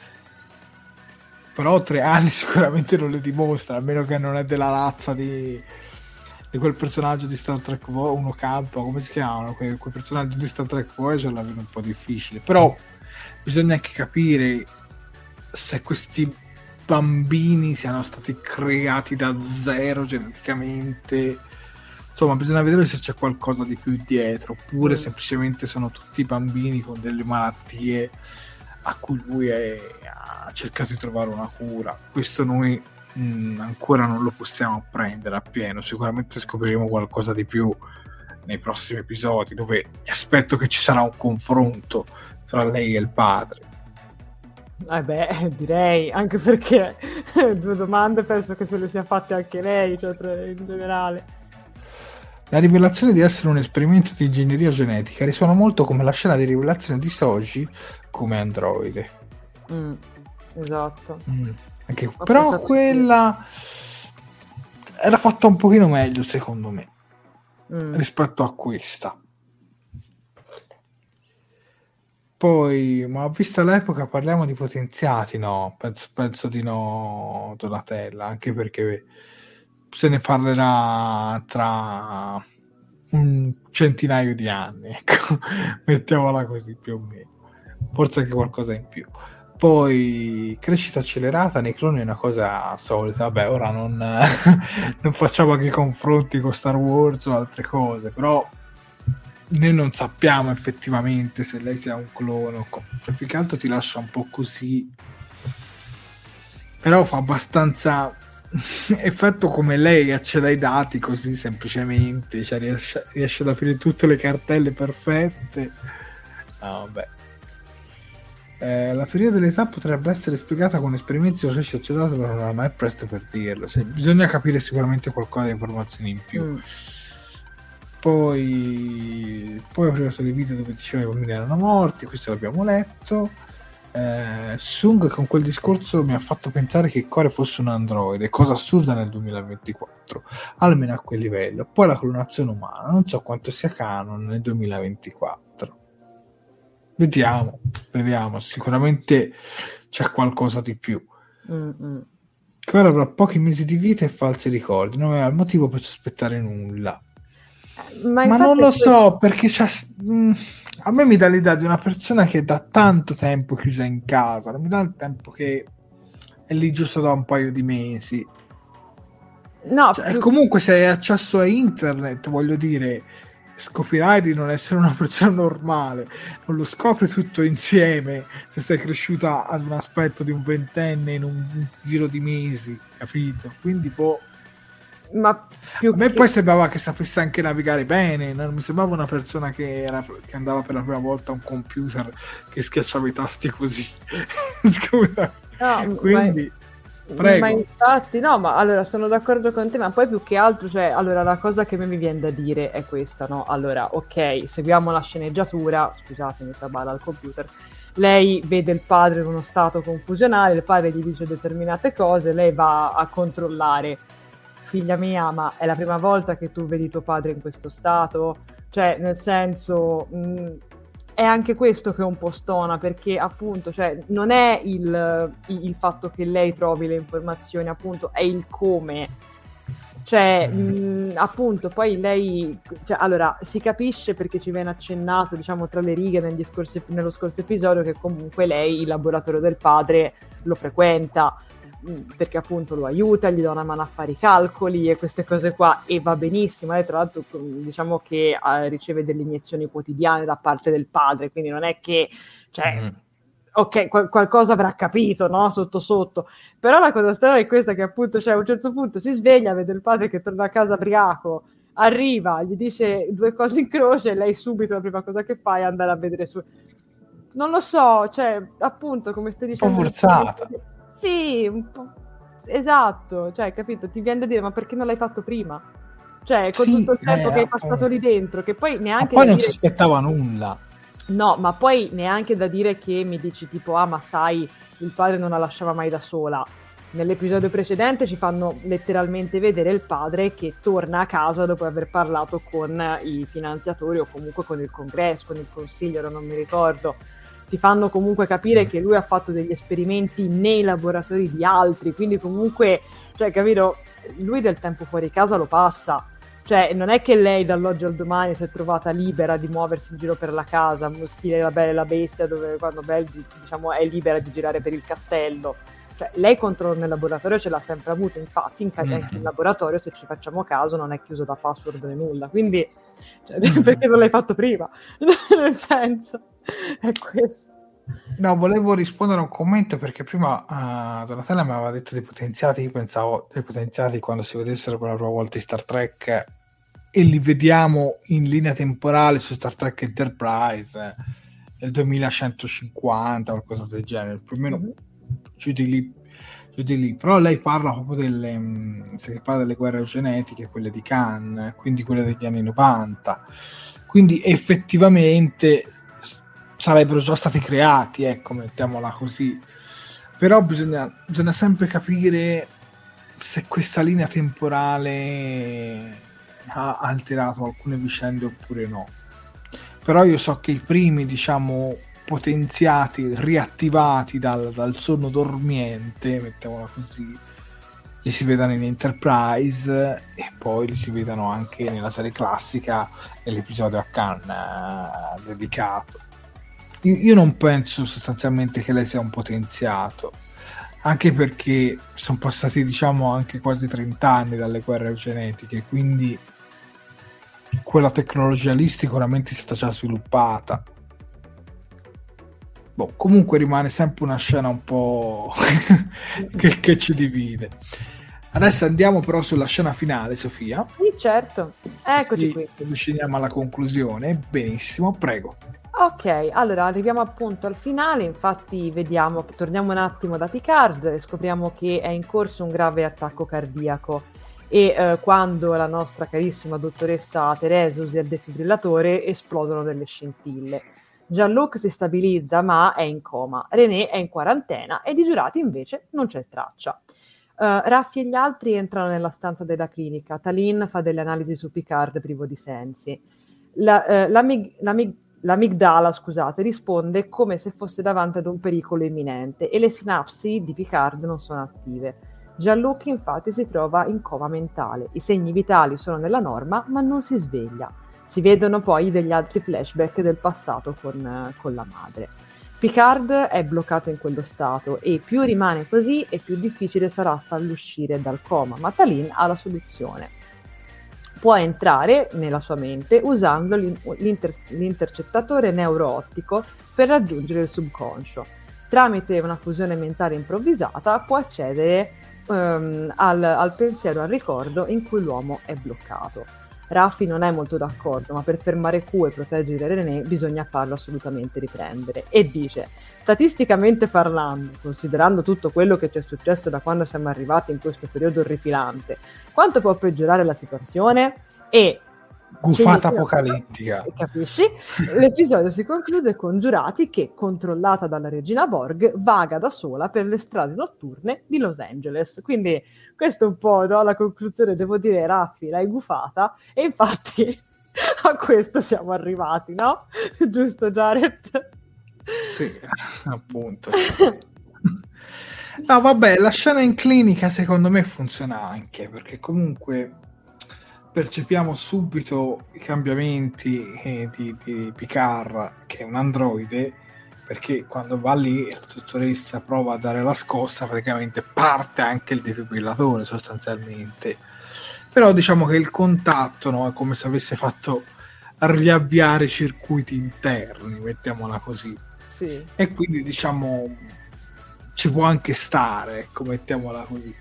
Però tre anni sicuramente non le dimostra, a meno che non è della razza di, di quel personaggio di Star Trek Vo- uno campo, come si chiamano? Que- quei personaggi di Star Trek Voyager la vedo un po' difficile. Però bisogna anche capire se questi bambini siano stati creati da zero geneticamente. Insomma, bisogna vedere se c'è qualcosa di più dietro, oppure Mm. semplicemente sono tutti bambini con delle malattie a cui lui è, ha cercato di trovare una cura. Questo noi mh, ancora non lo possiamo apprendere appieno. Sicuramente scopriremo qualcosa di più nei prossimi episodi, dove mi aspetto che ci sarà un confronto fra lei e il padre. Eh beh, direi, anche perché due domande penso che se le sia fatte anche lei, cioè tra- in generale. La rivelazione di essere un esperimento di ingegneria genetica risuona molto come la scena di rivelazione di Soji come androide. Mm, esatto. Mm. Anche- Ho però pensato quella era fatta un pochino meglio secondo me Mm. rispetto a questa. Poi, ma vista l'epoca parliamo di potenziati? No, penso, penso di no, Donatella, anche perché se ne parlerà tra un centinaio di anni, ecco, mettiamola così più o meno, forse anche qualcosa in più. Poi crescita accelerata nei cloni è una cosa solita, vabbè ora non, non facciamo anche confronti con Star Wars o altre cose, però noi non sappiamo effettivamente se lei sia un clone o co- cioè, più che altro ti lascia un po' così, però fa abbastanza effetto come lei accede ai dati così semplicemente, cioè riesce, riesce ad aprire tutte le cartelle perfette. No, vabbè. Eh, la teoria dell'età potrebbe essere spiegata con esperimenti o crescita accelerata, però non è mai presto per dirlo. Se- bisogna capire sicuramente qualcosa di informazioni in più. Mm. Poi poi ho preso dei video dove diceva che i bambini erano morti, questo l'abbiamo letto. eh, Sung con quel discorso mi ha fatto pensare che Core fosse un androide, cosa assurda nel duemilaventiquattro, almeno a quel livello. Poi la clonazione umana, non so quanto sia canon nel duemilaventiquattro. Vediamo, vediamo, sicuramente c'è qualcosa di più. Mm, mm. Core avrà pochi mesi di vita e falsi ricordi, non aveva motivo per sospettare nulla. Ma, Ma infatti non lo è- so, perché c'ha, mh, a me mi dà l'idea di una persona che da tanto tempo chiusa in casa, non mi dà il tempo che è lì giusto da un paio di mesi. No, Cioè, più- comunque se hai accesso a internet, voglio dire, scoprirai di non essere una persona normale, non lo scopri tutto insieme se sei cresciuta ad un aspetto di un ventenne in un giro di mesi, capito? Quindi boh. ma più A me che- poi sembrava che sapesse anche navigare bene, non mi sembrava una persona che, era, che andava per la prima volta a un computer che schiacciava i tasti così. Scusa. no, Quindi, ma, prego. ma infatti no, ma allora sono d'accordo con te, ma poi più che altro, cioè, allora la cosa che a me mi viene da dire è questa, no? Allora, ok, seguiamo la sceneggiatura, scusatemi, traballa al computer. Lei vede il padre in uno stato confusionale, il padre gli dice determinate cose, lei va a controllare. Figlia mia, ma è la prima volta che tu vedi tuo padre in questo stato? Cioè, nel senso, mh, è anche questo che è un po' stona, perché appunto, cioè, non è il, il fatto che lei trovi le informazioni, appunto, è il come. Cioè, mh, appunto, poi lei, cioè, allora, si capisce perché ci viene accennato, diciamo, tra le righe negli scorsi, nello scorso episodio, che comunque lei il laboratorio del padre lo frequenta, mh, perché appunto lo aiuta, gli dà una mano a fare i calcoli e queste cose qua, e va benissimo. Lei tra l'altro, diciamo che eh, riceve delle iniezioni quotidiane da parte del padre, quindi non è che, cioè... Mm. Ok, qual- qualcosa avrà capito, no? Sotto sotto. Però la cosa strana è questa, che appunto, cioè, a un certo punto si sveglia, vede il padre che torna a casa ubriaco, arriva, gli dice due cose in croce, e lei subito la prima cosa che fa è andare a vedere su... Non lo so, cioè, appunto, come stai dicendo... Un po' forzata. Sì, un po'... Esatto, cioè, capito? Ti viene da dire, ma perché non l'hai fatto prima? Cioè, con sì, tutto il tempo eh, che hai passato eh. lì dentro, che poi neanche... Ma poi non dire... si aspettava nulla. No, ma poi neanche da dire che mi dici tipo, ah, ma sai, il padre non la lasciava mai da sola. Nell'episodio precedente ci fanno letteralmente vedere il padre che torna a casa dopo aver parlato con i finanziatori o comunque con il congresso, con il consiglio, non mi ricordo. Ti fanno comunque capire che lui ha fatto degli esperimenti nei laboratori di altri, quindi comunque, cioè, capito, lui del tempo fuori casa lo passa. Cioè, non è che lei dall'oggi al domani si è trovata libera di muoversi in giro per la casa, uno stile La Bella e la Bestia, dove quando Belle, diciamo, è libera di girare per il castello. Cioè, lei controllo nel laboratorio ce l'ha sempre avuto, infatti in, mm-hmm. anche in laboratorio, se ci facciamo caso, non è chiuso da password né nulla. Quindi, cioè, mm-hmm. perché non l'hai fatto prima? Nel senso, è questo. No, volevo rispondere a un commento, perché prima uh, Donatella mi aveva detto dei potenziati. Io pensavo dei potenziati quando si vedessero per la prima volta in Star Trek, e li vediamo in linea temporale su Star Trek Enterprise eh, nel duemilacentocinquanta o qualcosa del genere, più o meno mm-hmm. giù di lì, giù di lì. Però lei parla proprio delle mh, se parla delle guerre eugenetiche, quelle di Khan, quindi quelle degli anni novanta, quindi effettivamente sarebbero già stati creati, ecco, mettiamola così. Però bisogna, bisogna sempre capire se questa linea temporale ha alterato alcune vicende oppure no. Però io so che i primi, diciamo, potenziati, riattivati dal, dal sonno dormiente, mettiamola così, li si vedono in Enterprise, e poi li si vedono anche nella serie classica, nell'episodio a Khan eh, dedicato. Io non penso sostanzialmente che lei sia un potenziato, anche perché sono passati, diciamo, anche quasi trenta anni dalle guerre eugenetiche, quindi quella tecnologia lì sicuramente è stata già sviluppata. Boh, comunque rimane sempre una scena un po' che, che ci divide. Adesso andiamo però sulla scena finale, Sofia. Sì, certo. Eccoci Ci qui. avviciniamo alla conclusione. Benissimo, prego. Ok, allora arriviamo appunto al finale. Infatti vediamo, torniamo un attimo da Picard e scopriamo che è in corso un grave attacco cardiaco, e eh, quando la nostra carissima dottoressa Teresa usa il defibrillatore esplodono delle scintille. Jean-Luc si stabilizza ma è in coma, René è in quarantena e di giurati invece non c'è traccia. Uh, Raffi e gli altri entrano nella stanza della clinica. Talin fa delle analisi su Picard privo di sensi. La, uh, l'amig- l'amig- l'amigdala, scusate, risponde come se fosse davanti ad un pericolo imminente e le sinapsi di Picard non sono attive. Jean-Luc infatti si trova in coma mentale. I segni vitali sono nella norma ma non si sveglia. Si vedono poi degli altri flashback del passato con, uh, con la madre. Picard è bloccato in quello stato e più rimane così e più difficile sarà farlo uscire dal coma, ma Talin ha la soluzione. Può entrare nella sua mente usando l'inter- l'intercettatore neuroottico per raggiungere il subconscio. Tramite una fusione mentale improvvisata può accedere um, al, al pensiero, al ricordo in cui l'uomo è bloccato. Raffi non è molto d'accordo, ma per fermare Q e proteggere René bisogna farlo assolutamente riprendere. E dice, statisticamente parlando, considerando tutto quello che ci è successo da quando siamo arrivati in questo periodo orripilante, quanto può peggiorare la situazione? E... Gufata apocalittica. Capisci? L'episodio si conclude con Giurati che, controllata dalla regina Borg, vaga da sola per le strade notturne di Los Angeles. Quindi questo è un po', no, la conclusione. Devo dire, Raffi l'hai gufata, e infatti A questo siamo arrivati, no? Giusto, Jared? Sì, appunto. No, vabbè, la scena in clinica secondo me funziona anche, perché comunque percepiamo subito i cambiamenti eh, di, di Picard, che è un androide, perché quando va lì la dottoressa prova a dare la scossa, praticamente parte anche il defibrillatore sostanzialmente. Però diciamo che il contatto, no, è come se avesse fatto riavviare i circuiti interni, mettiamola così. Sì. E quindi diciamo ci può anche stare, ecco, mettiamola così.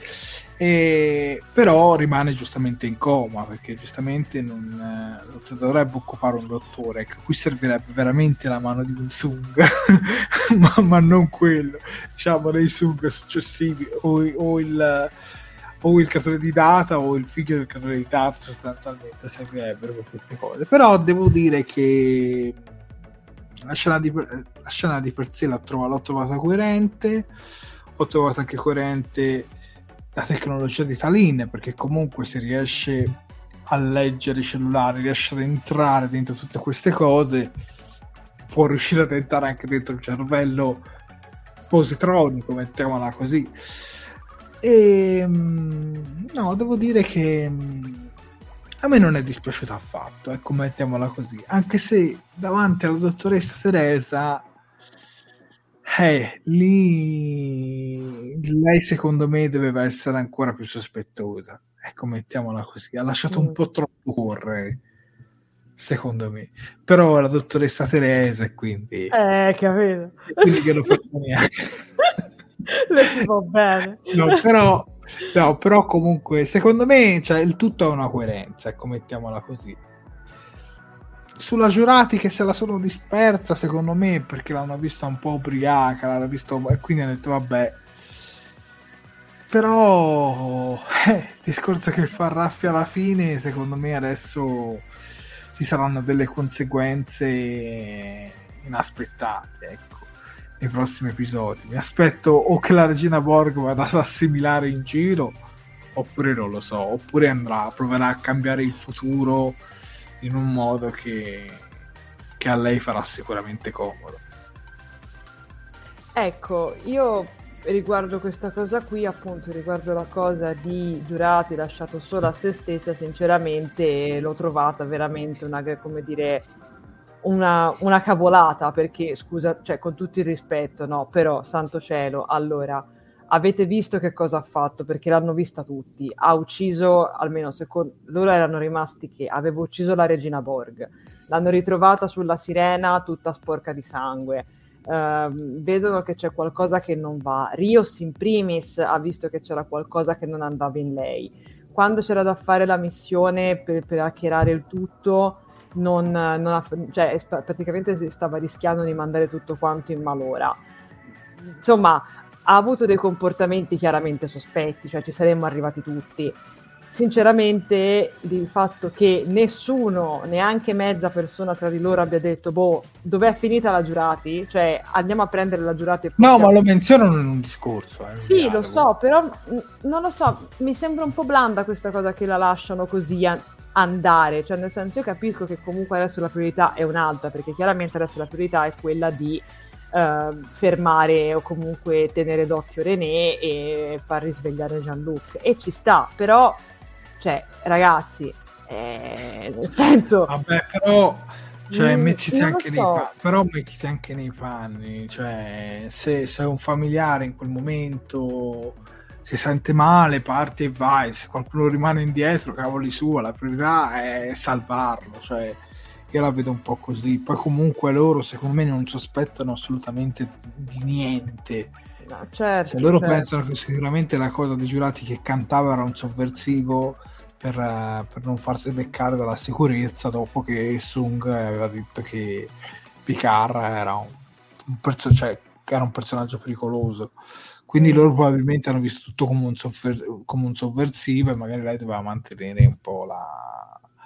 E, però rimane giustamente in coma, perché giustamente non, non si dovrebbe occupare un dottore, ecco, qui servirebbe veramente la mano di un Sung ma, ma non quello, diciamo dei Sung successivi o, o il o il creatore di Data o il figlio del creatore di Data, sostanzialmente servirebbero per queste cose. Però devo dire che la scena di, la scena di per sé l'ho trovata, l'ho trovata coerente, ho trovato anche coerente la tecnologia di Talin, perché comunque si riesce a leggere i cellulari, riesce ad entrare dentro tutte queste cose, può riuscire ad entrare anche dentro il cervello positronico, mettiamola così. E no, devo dire che a me non è dispiaciuta affatto, ecco, mettiamola così, anche se davanti alla dottoressa Teresa eh, lì lei secondo me doveva essere ancora più sospettosa, ecco, mettiamola così, ha lasciato mm. un po' troppo correre secondo me, però la dottoressa Teresa e quindi eh capito quindi che lo faccio neanche le si va bene no però no però comunque secondo me cioè, il tutto ha una coerenza, ecco, mettiamola così. Sulla Giurati che se la sono dispersa secondo me perché l'hanno vista un po' ubriaca, l'hanno visto e quindi hanno detto vabbè, però eh, il discorso che fa Raffi alla fine secondo me adesso ci saranno delle conseguenze inaspettate, ecco, nei prossimi episodi. Mi aspetto o che la regina Borg vada ad assimilare in giro oppure non lo so, oppure andrà, proverà a cambiare il futuro in un modo che, che a lei farà sicuramente comodo. Ecco, io riguardo questa cosa qui, appunto riguardo la cosa di Giurati lasciato solo a se stessa, sinceramente l'ho trovata veramente una, come dire, una, una cavolata, perché scusa, cioè con tutto il rispetto, no, però santo cielo, allora avete visto che cosa ha fatto, perché l'hanno vista tutti, ha ucciso, almeno secondo loro erano rimasti che aveva ucciso la regina Borg, l'hanno ritrovata sulla sirena tutta sporca di sangue, uh, vedono che c'è qualcosa che non va, Rios in primis ha visto che c'era qualcosa che non andava in lei, quando c'era da fare la missione per, per hackerare il tutto non, non ha, cioè praticamente si stava rischiando di mandare tutto quanto in malora, insomma ha avuto dei comportamenti chiaramente sospetti, cioè ci saremmo arrivati tutti. Sinceramente il fatto che nessuno, neanche mezza persona tra di loro abbia detto boh, dov'è finita la Giurati? Cioè andiamo a prendere la Giurati e no, ma lo menzionano in un discorso, eh, sì, lo so, però non lo so, mi sembra un po' blanda questa cosa che la lasciano così a- andare, cioè nel senso io capisco che comunque adesso la priorità è un'altra, perché chiaramente adesso la priorità è quella di Uh, fermare o comunque tenere d'occhio René e far risvegliare Jean-Luc, e ci sta, però cioè ragazzi eh, nel senso vabbè, però cioè mm, mettiti anche so. nei panni, però mettiti anche nei panni, cioè se sei un familiare in quel momento si sente male, parti e vai, se qualcuno rimane indietro cavoli sua, la priorità è salvarlo, cioè io la vedo un po' così. Poi comunque loro secondo me non sospettano assolutamente di niente, no, certo, cioè, loro certo. pensano che sicuramente la cosa dei Giurati che cantava era un sovversivo per, uh, per non farsi beccare dalla sicurezza dopo che Sung aveva detto che Picard era un, un, perso- cioè, era un personaggio pericoloso, quindi mm. loro probabilmente hanno visto tutto come un, sovver- come un sovversivo e magari lei doveva mantenere un po' la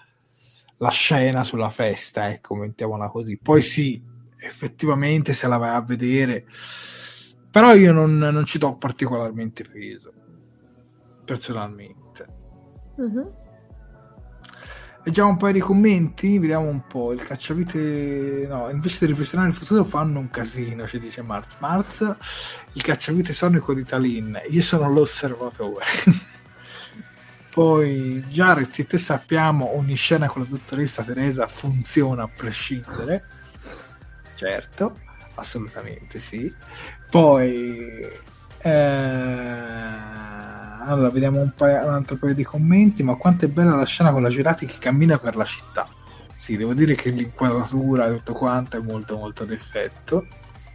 la scena sulla festa, ecco, mettiamola così. Poi sì, effettivamente se la vai a vedere, però io non, non ci do particolarmente peso personalmente. Mm-hmm. Leggiamo un paio di commenti, vediamo un po'. Il cacciavite, no, invece di ripristinare il futuro fanno un casino, ci dice Marz. Marz, il cacciavite sonico di Talin, io sono l'osservatore. Poi Jared e te sappiamo, ogni scena con la dottoressa Teresa funziona a prescindere. Certo, assolutamente sì. Poi eh... allora vediamo un, paio, un altro paio di commenti. Ma quanto è bella la scena con la Girati che cammina per la città. Sì, devo dire che l'inquadratura e tutto quanto è molto molto ad effetto.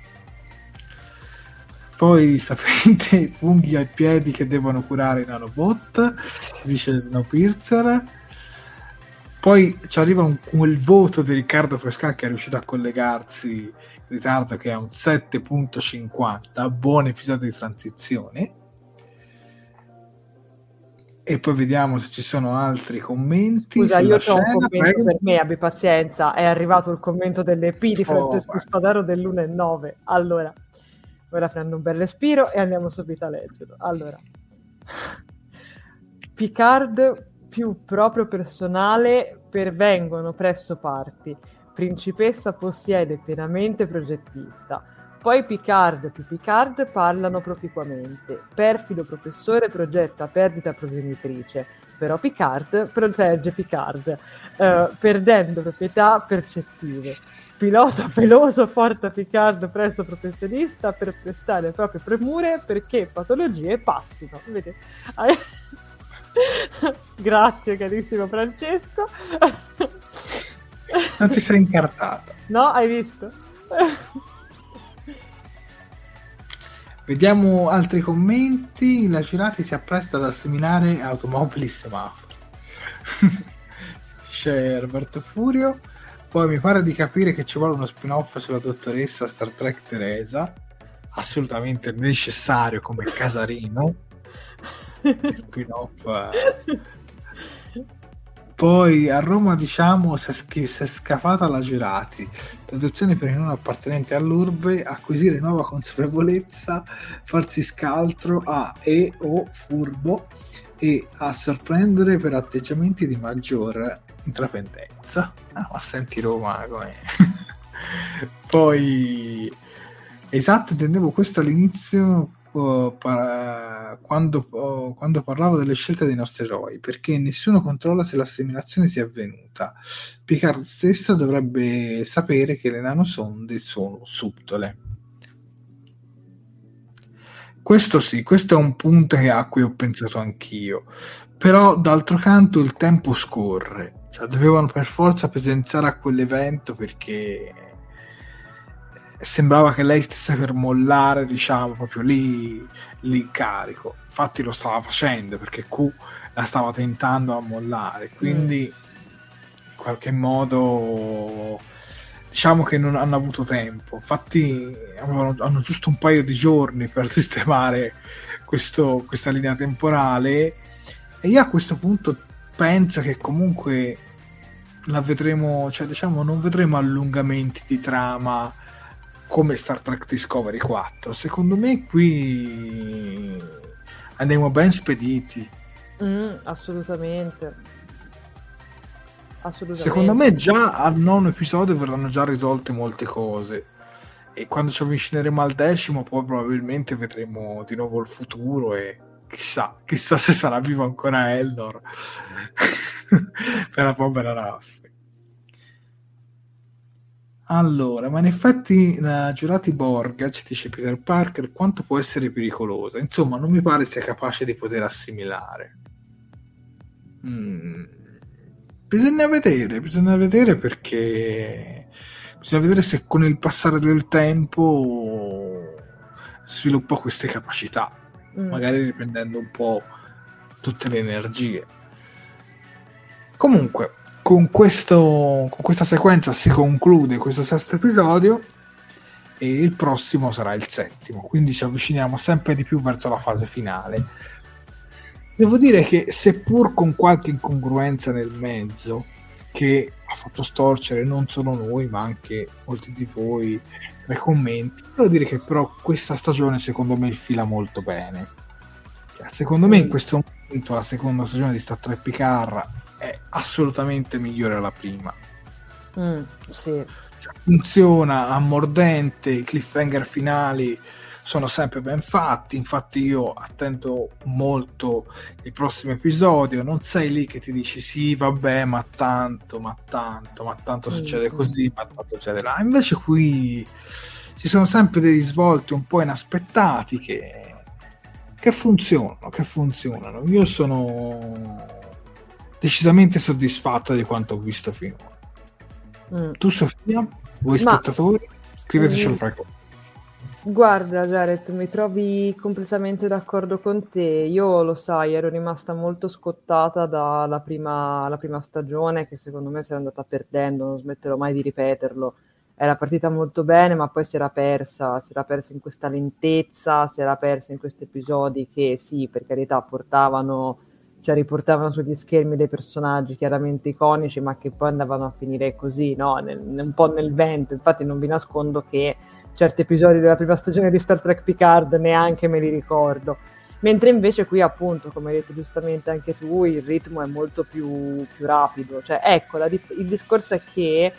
Poi sapete i funghi ai piedi che devono curare i nanobot, dice Snowpiercer. Poi ci arriva un, quel voto di Riccardo Fresca che è riuscito a collegarsi in ritardo, che è un sette virgola cinquanta. Buon episodio di transizione. E poi vediamo se ci sono altri commenti. Scusa, io scena, ho un commento prego. per me, abbi pazienza. È arrivato il commento dell'E P di Francesco Oh, Spadaro dell'uno e nove. Allora, ora prendo un bel respiro e andiamo subito a leggerlo. Allora, Picard più proprio personale pervengono presso parti. Principessa possiede pienamente progettista. Poi Picard più Picard parlano proficuamente. Perfido professore progetta perdita progenitrice, però Picard protegge Picard, eh, perdendo proprietà percettive. Pilota peloso porta Picard presso professionista per prestare le proprie premure perché patologie passino. Vedete? Grazie carissimo Francesco. Non ti sei incartata. No, hai visto? Vediamo altri commenti. La Girati si appresta ad assimilare automobili e semafori. Dice Roberto Furio. Poi mi pare di capire che ci vuole uno spin-off sulla dottoressa Star Trek Teresa. Assolutamente necessario come Casarino. Spin-off. Poi a Roma, diciamo, si è, schi- si è scafata la Girati, traduzione per i non appartenenti all'urbe, acquisire nuova consapevolezza, farsi scaltro a e o furbo e a sorprendere per atteggiamenti di maggior intraprendenza. Ah, ma senti Roma come... Poi esatto, intendevo questo all'inizio. Uh, pa- quando, uh, quando parlavo delle scelte dei nostri eroi, perché nessuno controlla se l'assimilazione sia avvenuta. Picard stesso dovrebbe sapere che le nanosonde sono subdole. Questo sì, questo è un punto a cui ho pensato anch'io, però d'altro canto il tempo scorre, cioè dovevano per forza presenziare a quell'evento perché sembrava che lei stesse per mollare, diciamo, proprio lì l'incarico. Infatti lo stava facendo perché Q la stava tentando a mollare, quindi in qualche modo diciamo che non hanno avuto tempo. Infatti avevano, hanno giusto un paio di giorni per sistemare questo, questa linea temporale, e io a questo punto penso che comunque la vedremo, cioè diciamo non vedremo allungamenti di trama come Star Trek Discovery quattro. Secondo me qui andiamo ben spediti. Mm, assolutamente. Assolutamente. Secondo me già al nono episodio verranno già risolte molte cose, e quando ci avvicineremo al decimo poi probabilmente vedremo di nuovo il futuro e chissà, chissà se sarà vivo ancora Eldor per la povera Raffi. Allora, ma in effetti la Giurati Borga, ci dice Peter Parker, quanto può essere pericolosa. Insomma, non mi pare sia capace di poter assimilare. Mm. Bisogna vedere, bisogna vedere perché bisogna vedere se con il passare del tempo sviluppa queste capacità, mm. magari riprendendo un po' tutte le energie. Comunque, Con, questo, con questa sequenza si conclude questo sesto episodio e il prossimo sarà il settimo, quindi ci avviciniamo sempre di più verso la fase finale. Devo dire che seppur con qualche incongruenza nel mezzo che ha fatto storcere non solo noi ma anche molti di voi nei commenti, devo dire che però questa stagione secondo me fila molto bene. Cioè, secondo me in questo momento la seconda stagione di Star Trek Picard è assolutamente migliore alla prima. Mm, sì. Cioè, funziona, ammordente, i cliffhanger finali sono sempre ben fatti, infatti io attendo molto il prossimo episodio, non sei lì che ti dici sì vabbè ma tanto, ma tanto, ma tanto succede così, ma tanto succede là, invece qui ci sono sempre dei risvolti un po' inaspettati che, che funzionano, che funzionano. Io sono decisamente soddisfatto di quanto ho visto finora. Mm. Tu Sofia? Voi ma... spettatori? Scriveteci mm. fra cosa. Guarda Jared, mi trovi completamente d'accordo con te. Io lo sai, ero rimasta molto scottata dalla prima, la prima stagione, che secondo me si era andata perdendo, non smetterò mai di ripeterlo. Era partita molto bene, ma poi si era persa, si era persa in questa lentezza, si era persa in questi episodi che sì, per carità, portavano, cioè riportavano sugli schermi dei personaggi chiaramente iconici, ma che poi andavano a finire così, no? Nel, un po' nel vento. Infatti non vi nascondo che certi episodi della prima stagione di Star Trek Picard neanche me li ricordo, mentre invece qui appunto, come hai detto giustamente anche tu, il ritmo è molto più, più rapido, cioè ecco, la, il discorso è che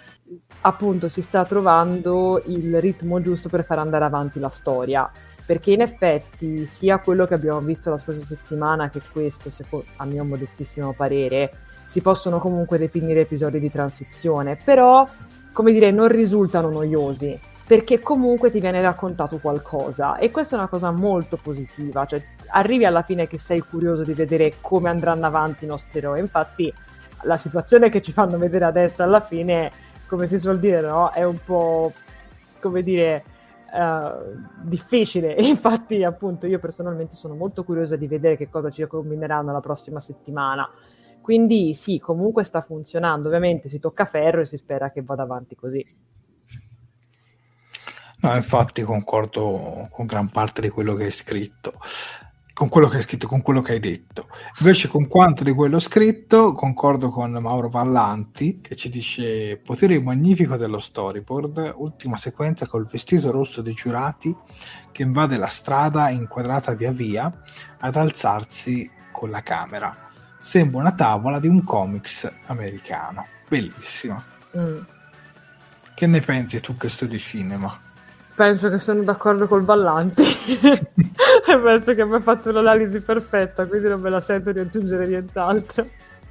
appunto si sta trovando il ritmo giusto per far andare avanti la storia, perché in effetti sia quello che abbiamo visto la scorsa settimana che questo, secondo, a mio modestissimo parere, si possono comunque definire episodi di transizione, però come dire non risultano noiosi, perché comunque ti viene raccontato qualcosa, e questa è una cosa molto positiva, cioè arrivi alla fine che sei curioso di vedere come andranno avanti i nostri eroi. Infatti la situazione che ci fanno vedere adesso alla fine, come si suol dire, no? È un po', come dire, uh, difficile, e infatti appunto io personalmente sono molto curiosa di vedere che cosa ci combineranno la prossima settimana. Quindi sì, comunque sta funzionando, ovviamente si tocca ferro e si spera che vada avanti così. No, infatti concordo con gran parte di quello che hai scritto, con quello che hai scritto, con quello che hai detto. Invece con quanto di quello scritto concordo con Mauro Vallanti, che ci dice: potere magnifico dello storyboard, ultima sequenza col vestito rosso dei giurati che invade la strada inquadrata via via ad alzarsi con la camera. Sembra una tavola di un comics americano. Bellissima. Mm. Che ne pensi tu che studi cinema? Penso che sono d'accordo col Vallanti e penso che abbia fatto un'analisi perfetta, quindi non me la sento di aggiungere nient'altro.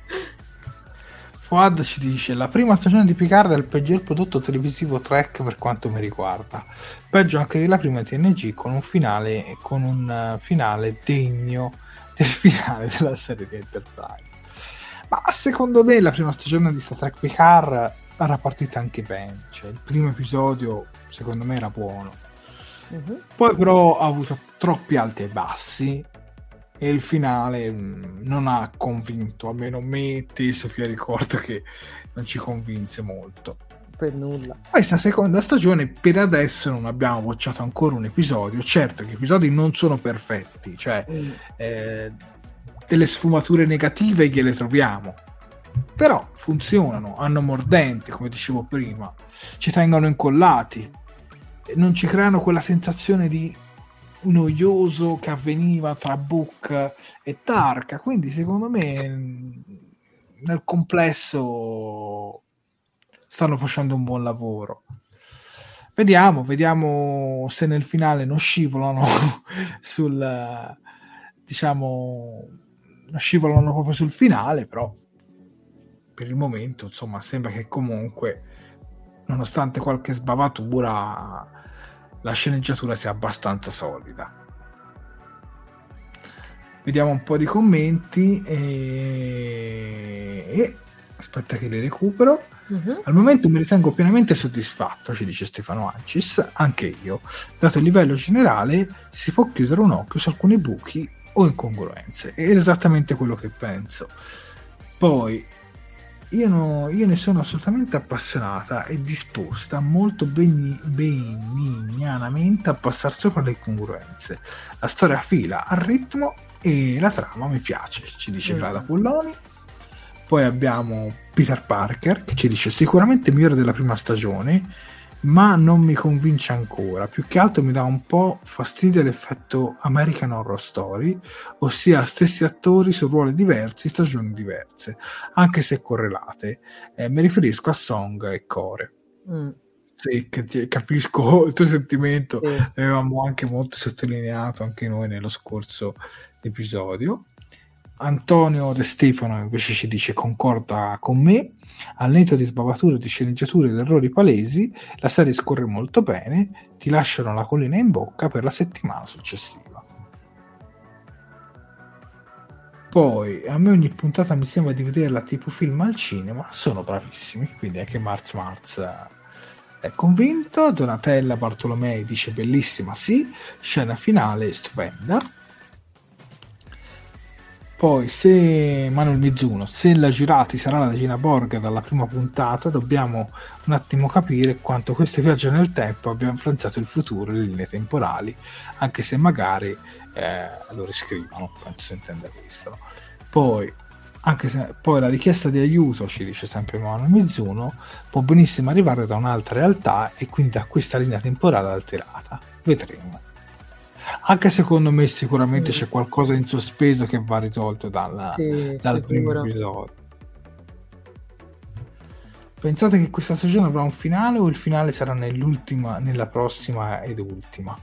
Fuad ci dice: la prima stagione di Picard è il peggior prodotto televisivo Trek per quanto mi riguarda, peggio anche della prima T N G, con un finale con un finale degno del finale della serie di Enterprise. Ma secondo me la prima stagione di Star Trek Picard era partita anche bene, cioè il primo episodio secondo me era buono, uh-huh. Poi però ha avuto troppi alti e bassi e il finale mh, non ha convinto, almeno me, te Sofia ricordo che non ci convinse molto per nulla. Questa seconda stagione per adesso non abbiamo bocciato ancora un episodio, certo che gli episodi non sono perfetti, cioè mm. eh, delle sfumature negative gliele troviamo, però funzionano, hanno mordenti, come dicevo prima, ci tengono incollati, non ci creano quella sensazione di noioso che avveniva tra Book e Tarka, quindi secondo me nel complesso stanno facendo un buon lavoro. Vediamo, vediamo se nel finale non scivolano sul, diciamo, non scivolano proprio sul finale, però per il momento, insomma, sembra che comunque, nonostante qualche sbavatura, la sceneggiatura sia abbastanza solida. Vediamo un po' di commenti e, e... aspetta che li recupero. Uh-huh. Al momento mi ritengo pienamente soddisfatto, ci dice Stefano Ancis, anche io. Dato il livello generale si può chiudere un occhio su alcuni buchi o incongruenze, è esattamente quello che penso. Poi io, no, io ne sono assolutamente appassionata e disposta molto begni, benignanamente a passare sopra le incongruenze. La storia fila al ritmo e la trama mi piace, ci dice Grada uh-huh. Polloni. Poi abbiamo Peter Parker che ci dice: sicuramente migliore della prima stagione, ma non mi convince ancora. Più che altro mi dà un po' fastidio l'effetto American Horror Story, ossia stessi attori su ruoli diversi, stagioni diverse, anche se correlate. Eh, mi riferisco a Song e Core. Mm. Sì, che ti, capisco il tuo sentimento, sì. Avevamo anche molto sottolineato anche noi nello scorso episodio. Antonio De Stefano invece ci dice: concorda con me, al netto di sbavature, di sceneggiature ed errori palesi, la serie scorre molto bene, ti lasciano la collina in bocca per la settimana successiva. Poi a me ogni puntata mi sembra di vederla tipo film al cinema, sono bravissimi, quindi anche Marz Marz è convinto. Donatella Bartolomei dice: bellissima, sì, scena finale stupenda. Poi se Manuel Mizuno, se la Girati sarà la Regina Borga dalla prima puntata, dobbiamo un attimo capire quanto questo viaggio nel tempo abbia influenzato il futuro e le linee temporali, anche se magari eh, lo riscrivono, penso intenda questo, no? Poi anche se poi la richiesta di aiuto, ci dice sempre Manuel Mizuno, può benissimo arrivare da un'altra realtà e quindi da questa linea temporale alterata. Vedremo. Anche secondo me sicuramente mm. c'è qualcosa in sospeso che va risolto dal, sì, dal primo episodio. Pensate che questa stagione avrà un finale o il finale sarà nell'ultima, nella prossima ed ultima?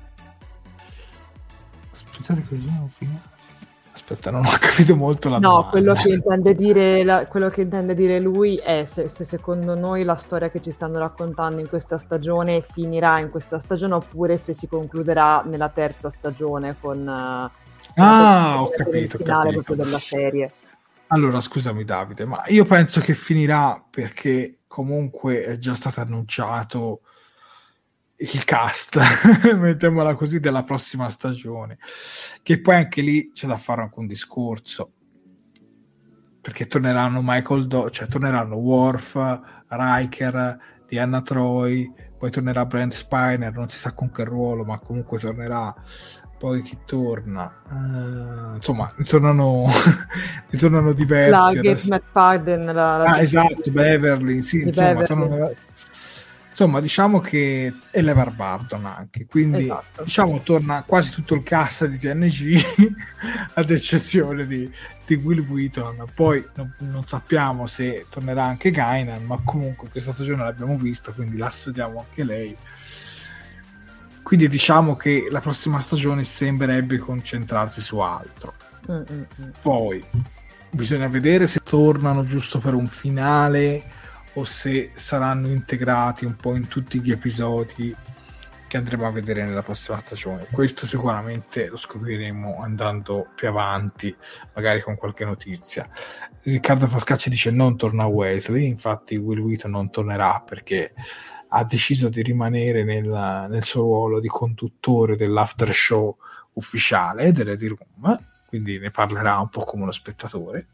Pensate che un finale? Aspetta, non ho capito molto la no, domanda. quello che intende dire la, quello che intende dire lui è se, se secondo noi la storia che ci stanno raccontando in questa stagione finirà in questa stagione oppure se si concluderà nella terza stagione con, uh, ah, ho capito, il finale ho capito. proprio della serie. Allora, scusami Davide, ma io penso che finirà perché comunque è già stato annunciato il cast, mettiamola così, della prossima stagione, che poi anche lì c'è da fare anche un discorso, perché torneranno Michael Do- cioè torneranno Worf, Riker, Diana Troy, poi tornerà Brent Spiner, non si sa con che ruolo, ma comunque tornerà. Poi chi torna? Uh, insomma, ne tornano, ne tornano diversi. La Matt Parden, la, la ah, esatto, Beverly, sì, insomma, Beverly. Tornano, insomma, diciamo che è LeVar Burton anche, quindi esatto. Diciamo torna quasi tutto il cast di T N G ad eccezione di, di Will Wheaton. Poi non, non sappiamo se tornerà anche Guinan, ma comunque questa stagione l'abbiamo vista, quindi la studiamo anche lei. Quindi diciamo che la prossima stagione sembrerebbe concentrarsi su altro. Mm-mm. Poi bisogna vedere se tornano giusto per un finale o se saranno integrati un po' in tutti gli episodi che andremo a vedere nella prossima stagione. Questo sicuramente lo scopriremo andando più avanti, magari con qualche notizia. Riccardo Fascacci dice non torna Wesley, infatti Will Wheaton non tornerà perché ha deciso di rimanere nel, nel suo ruolo di conduttore dell'after show ufficiale delle The Room, quindi ne parlerà un po' come uno spettatore.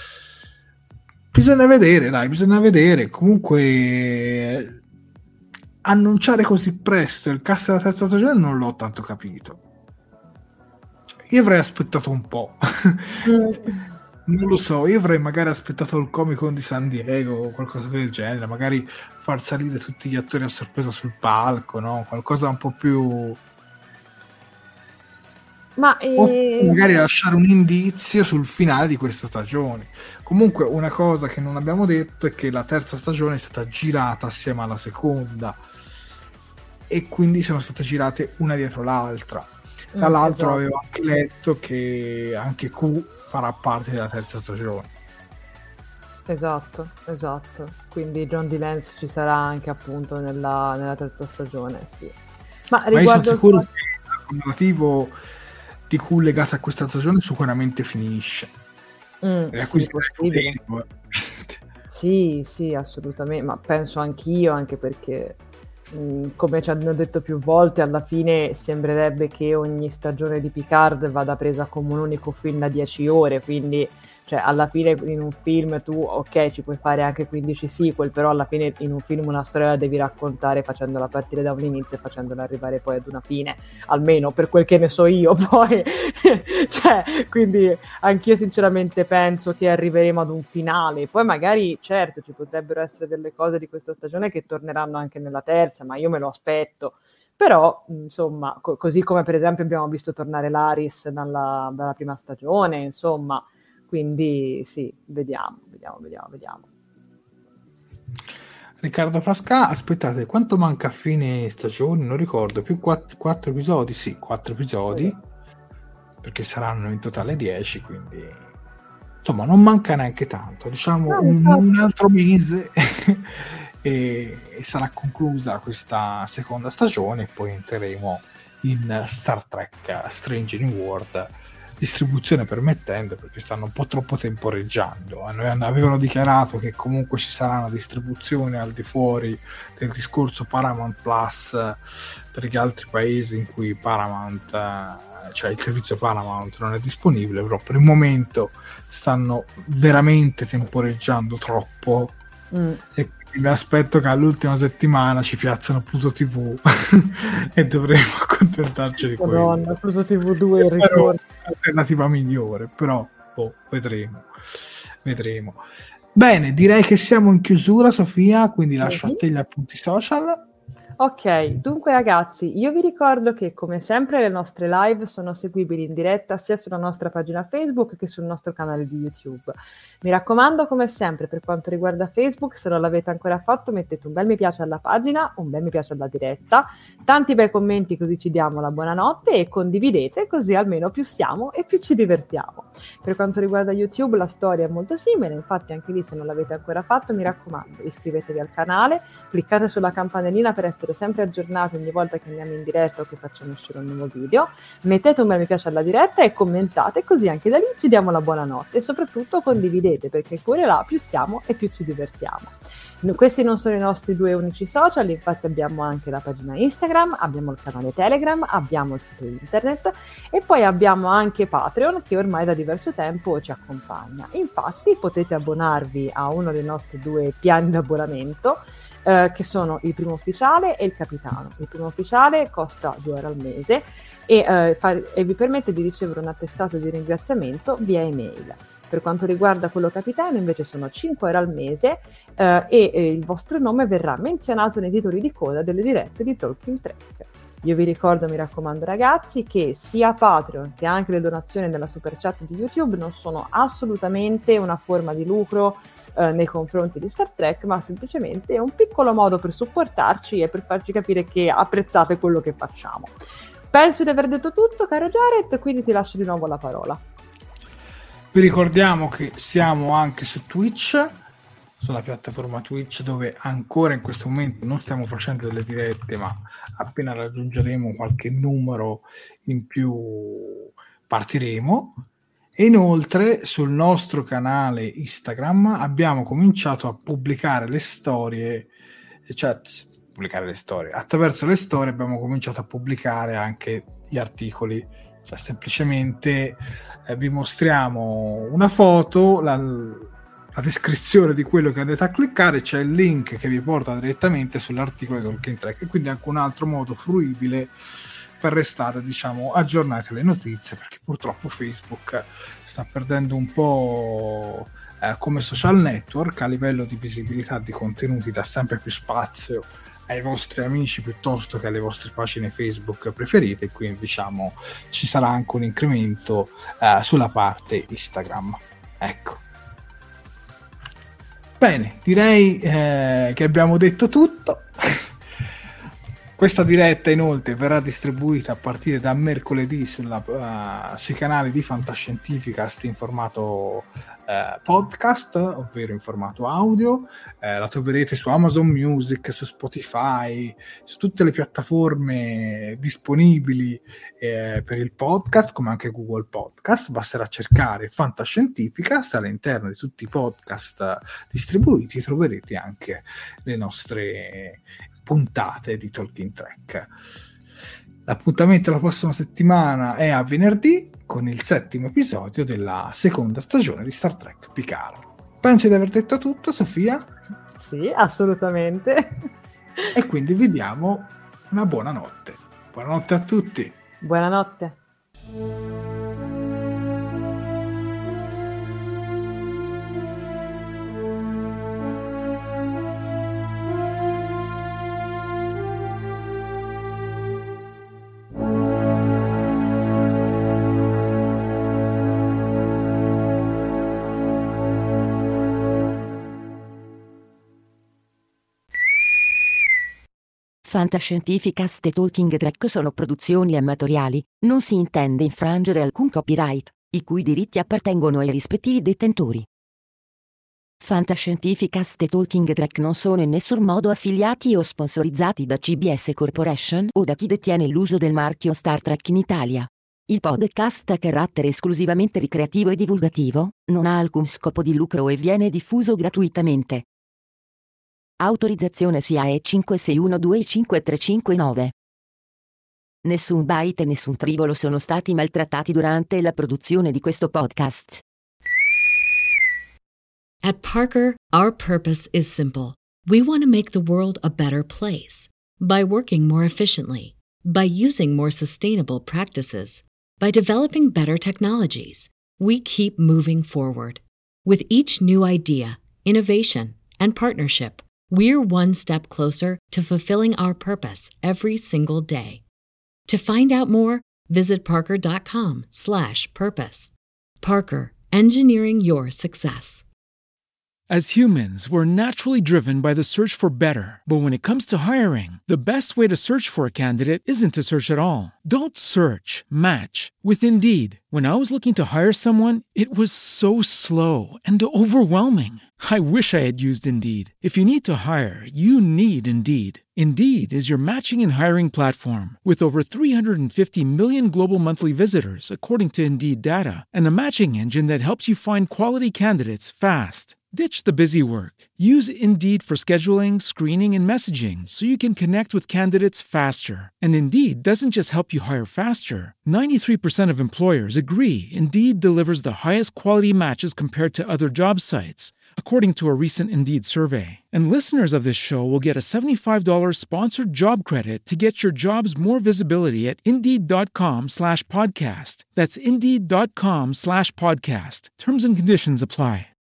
Bisogna vedere, dai, bisogna vedere. Comunque annunciare così presto il cast della terza stagione non l'ho tanto capito. Cioè, io avrei aspettato un po'. Non lo so, io avrei magari aspettato il Comic Con di San Diego o qualcosa del genere, magari far salire tutti gli attori a sorpresa sul palco, no? Qualcosa un po' più... Ma eh... o magari lasciare un indizio sul finale di questa stagione. Comunque una cosa che non abbiamo detto è che la terza stagione è stata girata assieme alla seconda e quindi sono state girate una dietro l'altra. Tra mm, l'altro esatto. Avevo anche letto che anche Q farà parte della terza stagione. Esatto, esatto. Quindi John D. Lance ci sarà anche appunto nella, nella terza stagione, sì. Ma, Ma io sono sicuro il... che il narrativo di Q legato a questa stagione sicuramente finisce. Mm, sì, possibile. Sì, sì, assolutamente, ma penso anch'io, anche perché mh, come ci hanno detto più volte, alla fine sembrerebbe che ogni stagione di Picard vada presa come un unico film da dieci ore, quindi cioè alla fine in un film tu ok ci puoi fare anche quindici sequel, però alla fine in un film una storia la devi raccontare facendola partire da un inizio e facendola arrivare poi ad una fine, almeno per quel che ne so io. Poi cioè quindi anch'io sinceramente penso che arriveremo ad un finale, poi magari certo ci potrebbero essere delle cose di questa stagione che torneranno anche nella terza, ma io me lo aspetto. Però, insomma, co- così come per esempio abbiamo visto tornare Laris dalla, dalla prima stagione, insomma, quindi sì, vediamo, vediamo, vediamo, vediamo. Riccardo Frasca, aspettate, quanto manca a fine stagione? Non ricordo, più quattro, quattro episodi? Sì, quattro episodi, sì. Perché saranno in totale dieci, quindi insomma non manca neanche tanto, diciamo no, un, un altro mese e, e sarà conclusa questa seconda stagione e poi entreremo in Star Trek Strange New World, distribuzione permettendo, perché stanno un po' troppo temporeggiando. Noi avevano dichiarato che comunque ci sarà una distribuzione al di fuori del discorso Paramount Plus per gli altri paesi in cui Paramount, cioè il servizio Paramount non è disponibile, però per il momento stanno veramente temporeggiando troppo mm. e mi aspetto che all'ultima settimana ci piazzano Pluto tivù e dovremo accontentarci di quello. Madonna, Pluto tivù due il ritorno. L'alternativa migliore, però boh, vedremo. Vedremo. Bene, direi che siamo in chiusura, Sofia, quindi lascio mm-hmm. a te gli appunti social. Ok, dunque ragazzi, io vi ricordo che come sempre le nostre live sono seguibili in diretta sia sulla nostra pagina Facebook che sul nostro canale di YouTube. Mi raccomando, come sempre, per quanto riguarda Facebook, se non l'avete ancora fatto, mettete un bel mi piace alla pagina, un bel mi piace alla diretta, tanti bei commenti così ci diamo la buonanotte e condividete così almeno più siamo e più ci divertiamo. Per quanto riguarda YouTube la storia è molto simile, infatti anche lì se non l'avete ancora fatto, mi raccomando, iscrivetevi al canale, cliccate sulla campanellina per essere sempre aggiornati ogni volta che andiamo in diretta o che facciamo uscire un nuovo video, mettete un bel mi piace alla diretta e commentate, così anche da lì ci diamo la buonanotte e soprattutto condividete, perché pure là più stiamo e più ci divertiamo. Questi non sono i nostri due unici social, infatti abbiamo anche la pagina Instagram, abbiamo il canale Telegram, abbiamo il sito internet e poi abbiamo anche Patreon che ormai da diverso tempo ci accompagna. Infatti potete abbonarvi a uno dei nostri due piani di abbonamento, Uh, che sono il primo ufficiale e il capitano. Il primo ufficiale costa due euro al mese e, uh, fa- e vi permette di ricevere un attestato di ringraziamento via email. Per quanto riguarda quello capitano invece sono cinque euro al mese uh, e, e il vostro nome verrà menzionato nei titoli di coda delle dirette di Talking Track. Io vi ricordo, mi raccomando ragazzi, che sia Patreon che anche le donazioni della super chat di YouTube non sono assolutamente una forma di lucro eh, nei confronti di Star Trek, ma semplicemente un piccolo modo per supportarci e per farci capire che apprezzate quello che facciamo. Penso di aver detto tutto, caro Jared, quindi ti lascio di nuovo la parola. Vi ricordiamo che siamo anche su Twitch, sulla piattaforma Twitch, dove ancora in questo momento non stiamo facendo delle dirette, ma appena raggiungeremo qualche numero in più partiremo. E inoltre sul nostro canale Instagram abbiamo cominciato a pubblicare le storie, cioè pubblicare le storie, attraverso le storie abbiamo cominciato a pubblicare anche gli articoli, cioè semplicemente eh, vi mostriamo una foto, la, la descrizione di quello che andate a cliccare, c'è il link che vi porta direttamente sull'articolo di Talking Track, e quindi anche un altro modo fruibile per restare, diciamo, aggiornati alle notizie, perché purtroppo Facebook sta perdendo un po' eh, come social network a livello di visibilità di contenuti, dà sempre più spazio ai vostri amici piuttosto che alle vostre pagine Facebook preferite, quindi diciamo ci sarà anche un incremento eh, sulla parte Instagram. Ecco. Bene, direi eh, che abbiamo detto tutto. Questa diretta inoltre verrà distribuita a partire da mercoledì sulla, uh, sui canali di Fantascientificast in formato uh, podcast, ovvero in formato audio. Uh, la troverete su Amazon Music, su Spotify, su tutte le piattaforme disponibili uh, per il podcast, come anche Google Podcast. Basterà cercare Fantascientificast, all'interno di tutti i podcast uh, distribuiti troverete anche le nostre puntate di Talking Track. L'appuntamento la prossima settimana è a venerdì con il settimo episodio della seconda stagione di Star Trek Picard. Pensi di aver detto tutto, Sofia? Sì, assolutamente. E quindi vi diamo una buona notte. Buonanotte a tutti. Buonanotte. Fantascientificast e Talking Trek sono produzioni amatoriali, non si intende infrangere alcun copyright, i cui diritti appartengono ai rispettivi detentori. Fantascientificast e Talking Trek non sono in nessun modo affiliati o sponsorizzati da C B S Corporation o da chi detiene l'uso del marchio Star Trek in Italia. Il podcast ha carattere esclusivamente ricreativo e divulgativo, non ha alcun scopo di lucro e viene diffuso gratuitamente. Autorizzazione S I A E cinque sei uno due cinque tre cinque nove. Nessun byte e nessun tribolo sono stati maltrattati durante la produzione di questo podcast. At Parker, our purpose is simple. We want to make the world a better place. By working more efficiently, by using more sustainable practices, by developing better technologies, we keep moving forward. With each new idea, innovation, and partnership, we're one step closer to fulfilling our purpose every single day. To find out more, visit parker.com slash purpose. Parker, engineering your success. As humans, we're naturally driven by the search for better. But when it comes to hiring, the best way to search for a candidate isn't to search at all. Don't search, match with Indeed. When I was looking to hire someone, it was so slow and overwhelming. I wish I had used Indeed. If you need to hire, you need Indeed. Indeed is your matching and hiring platform with over three hundred fifty million global monthly visitors, according to Indeed data, and a matching engine that helps you find quality candidates fast. Ditch the busy work. Use Indeed for scheduling, screening, and messaging so you can connect with candidates faster. And Indeed doesn't just help you hire faster. ninety-three percent of employers agree Indeed delivers the highest quality matches compared to other job sites, according to a recent Indeed survey. And listeners of this show will get a seventy-five dollars sponsored job credit to get your jobs more visibility at Indeed.com slash podcast. That's Indeed.com slash podcast. Terms and conditions apply.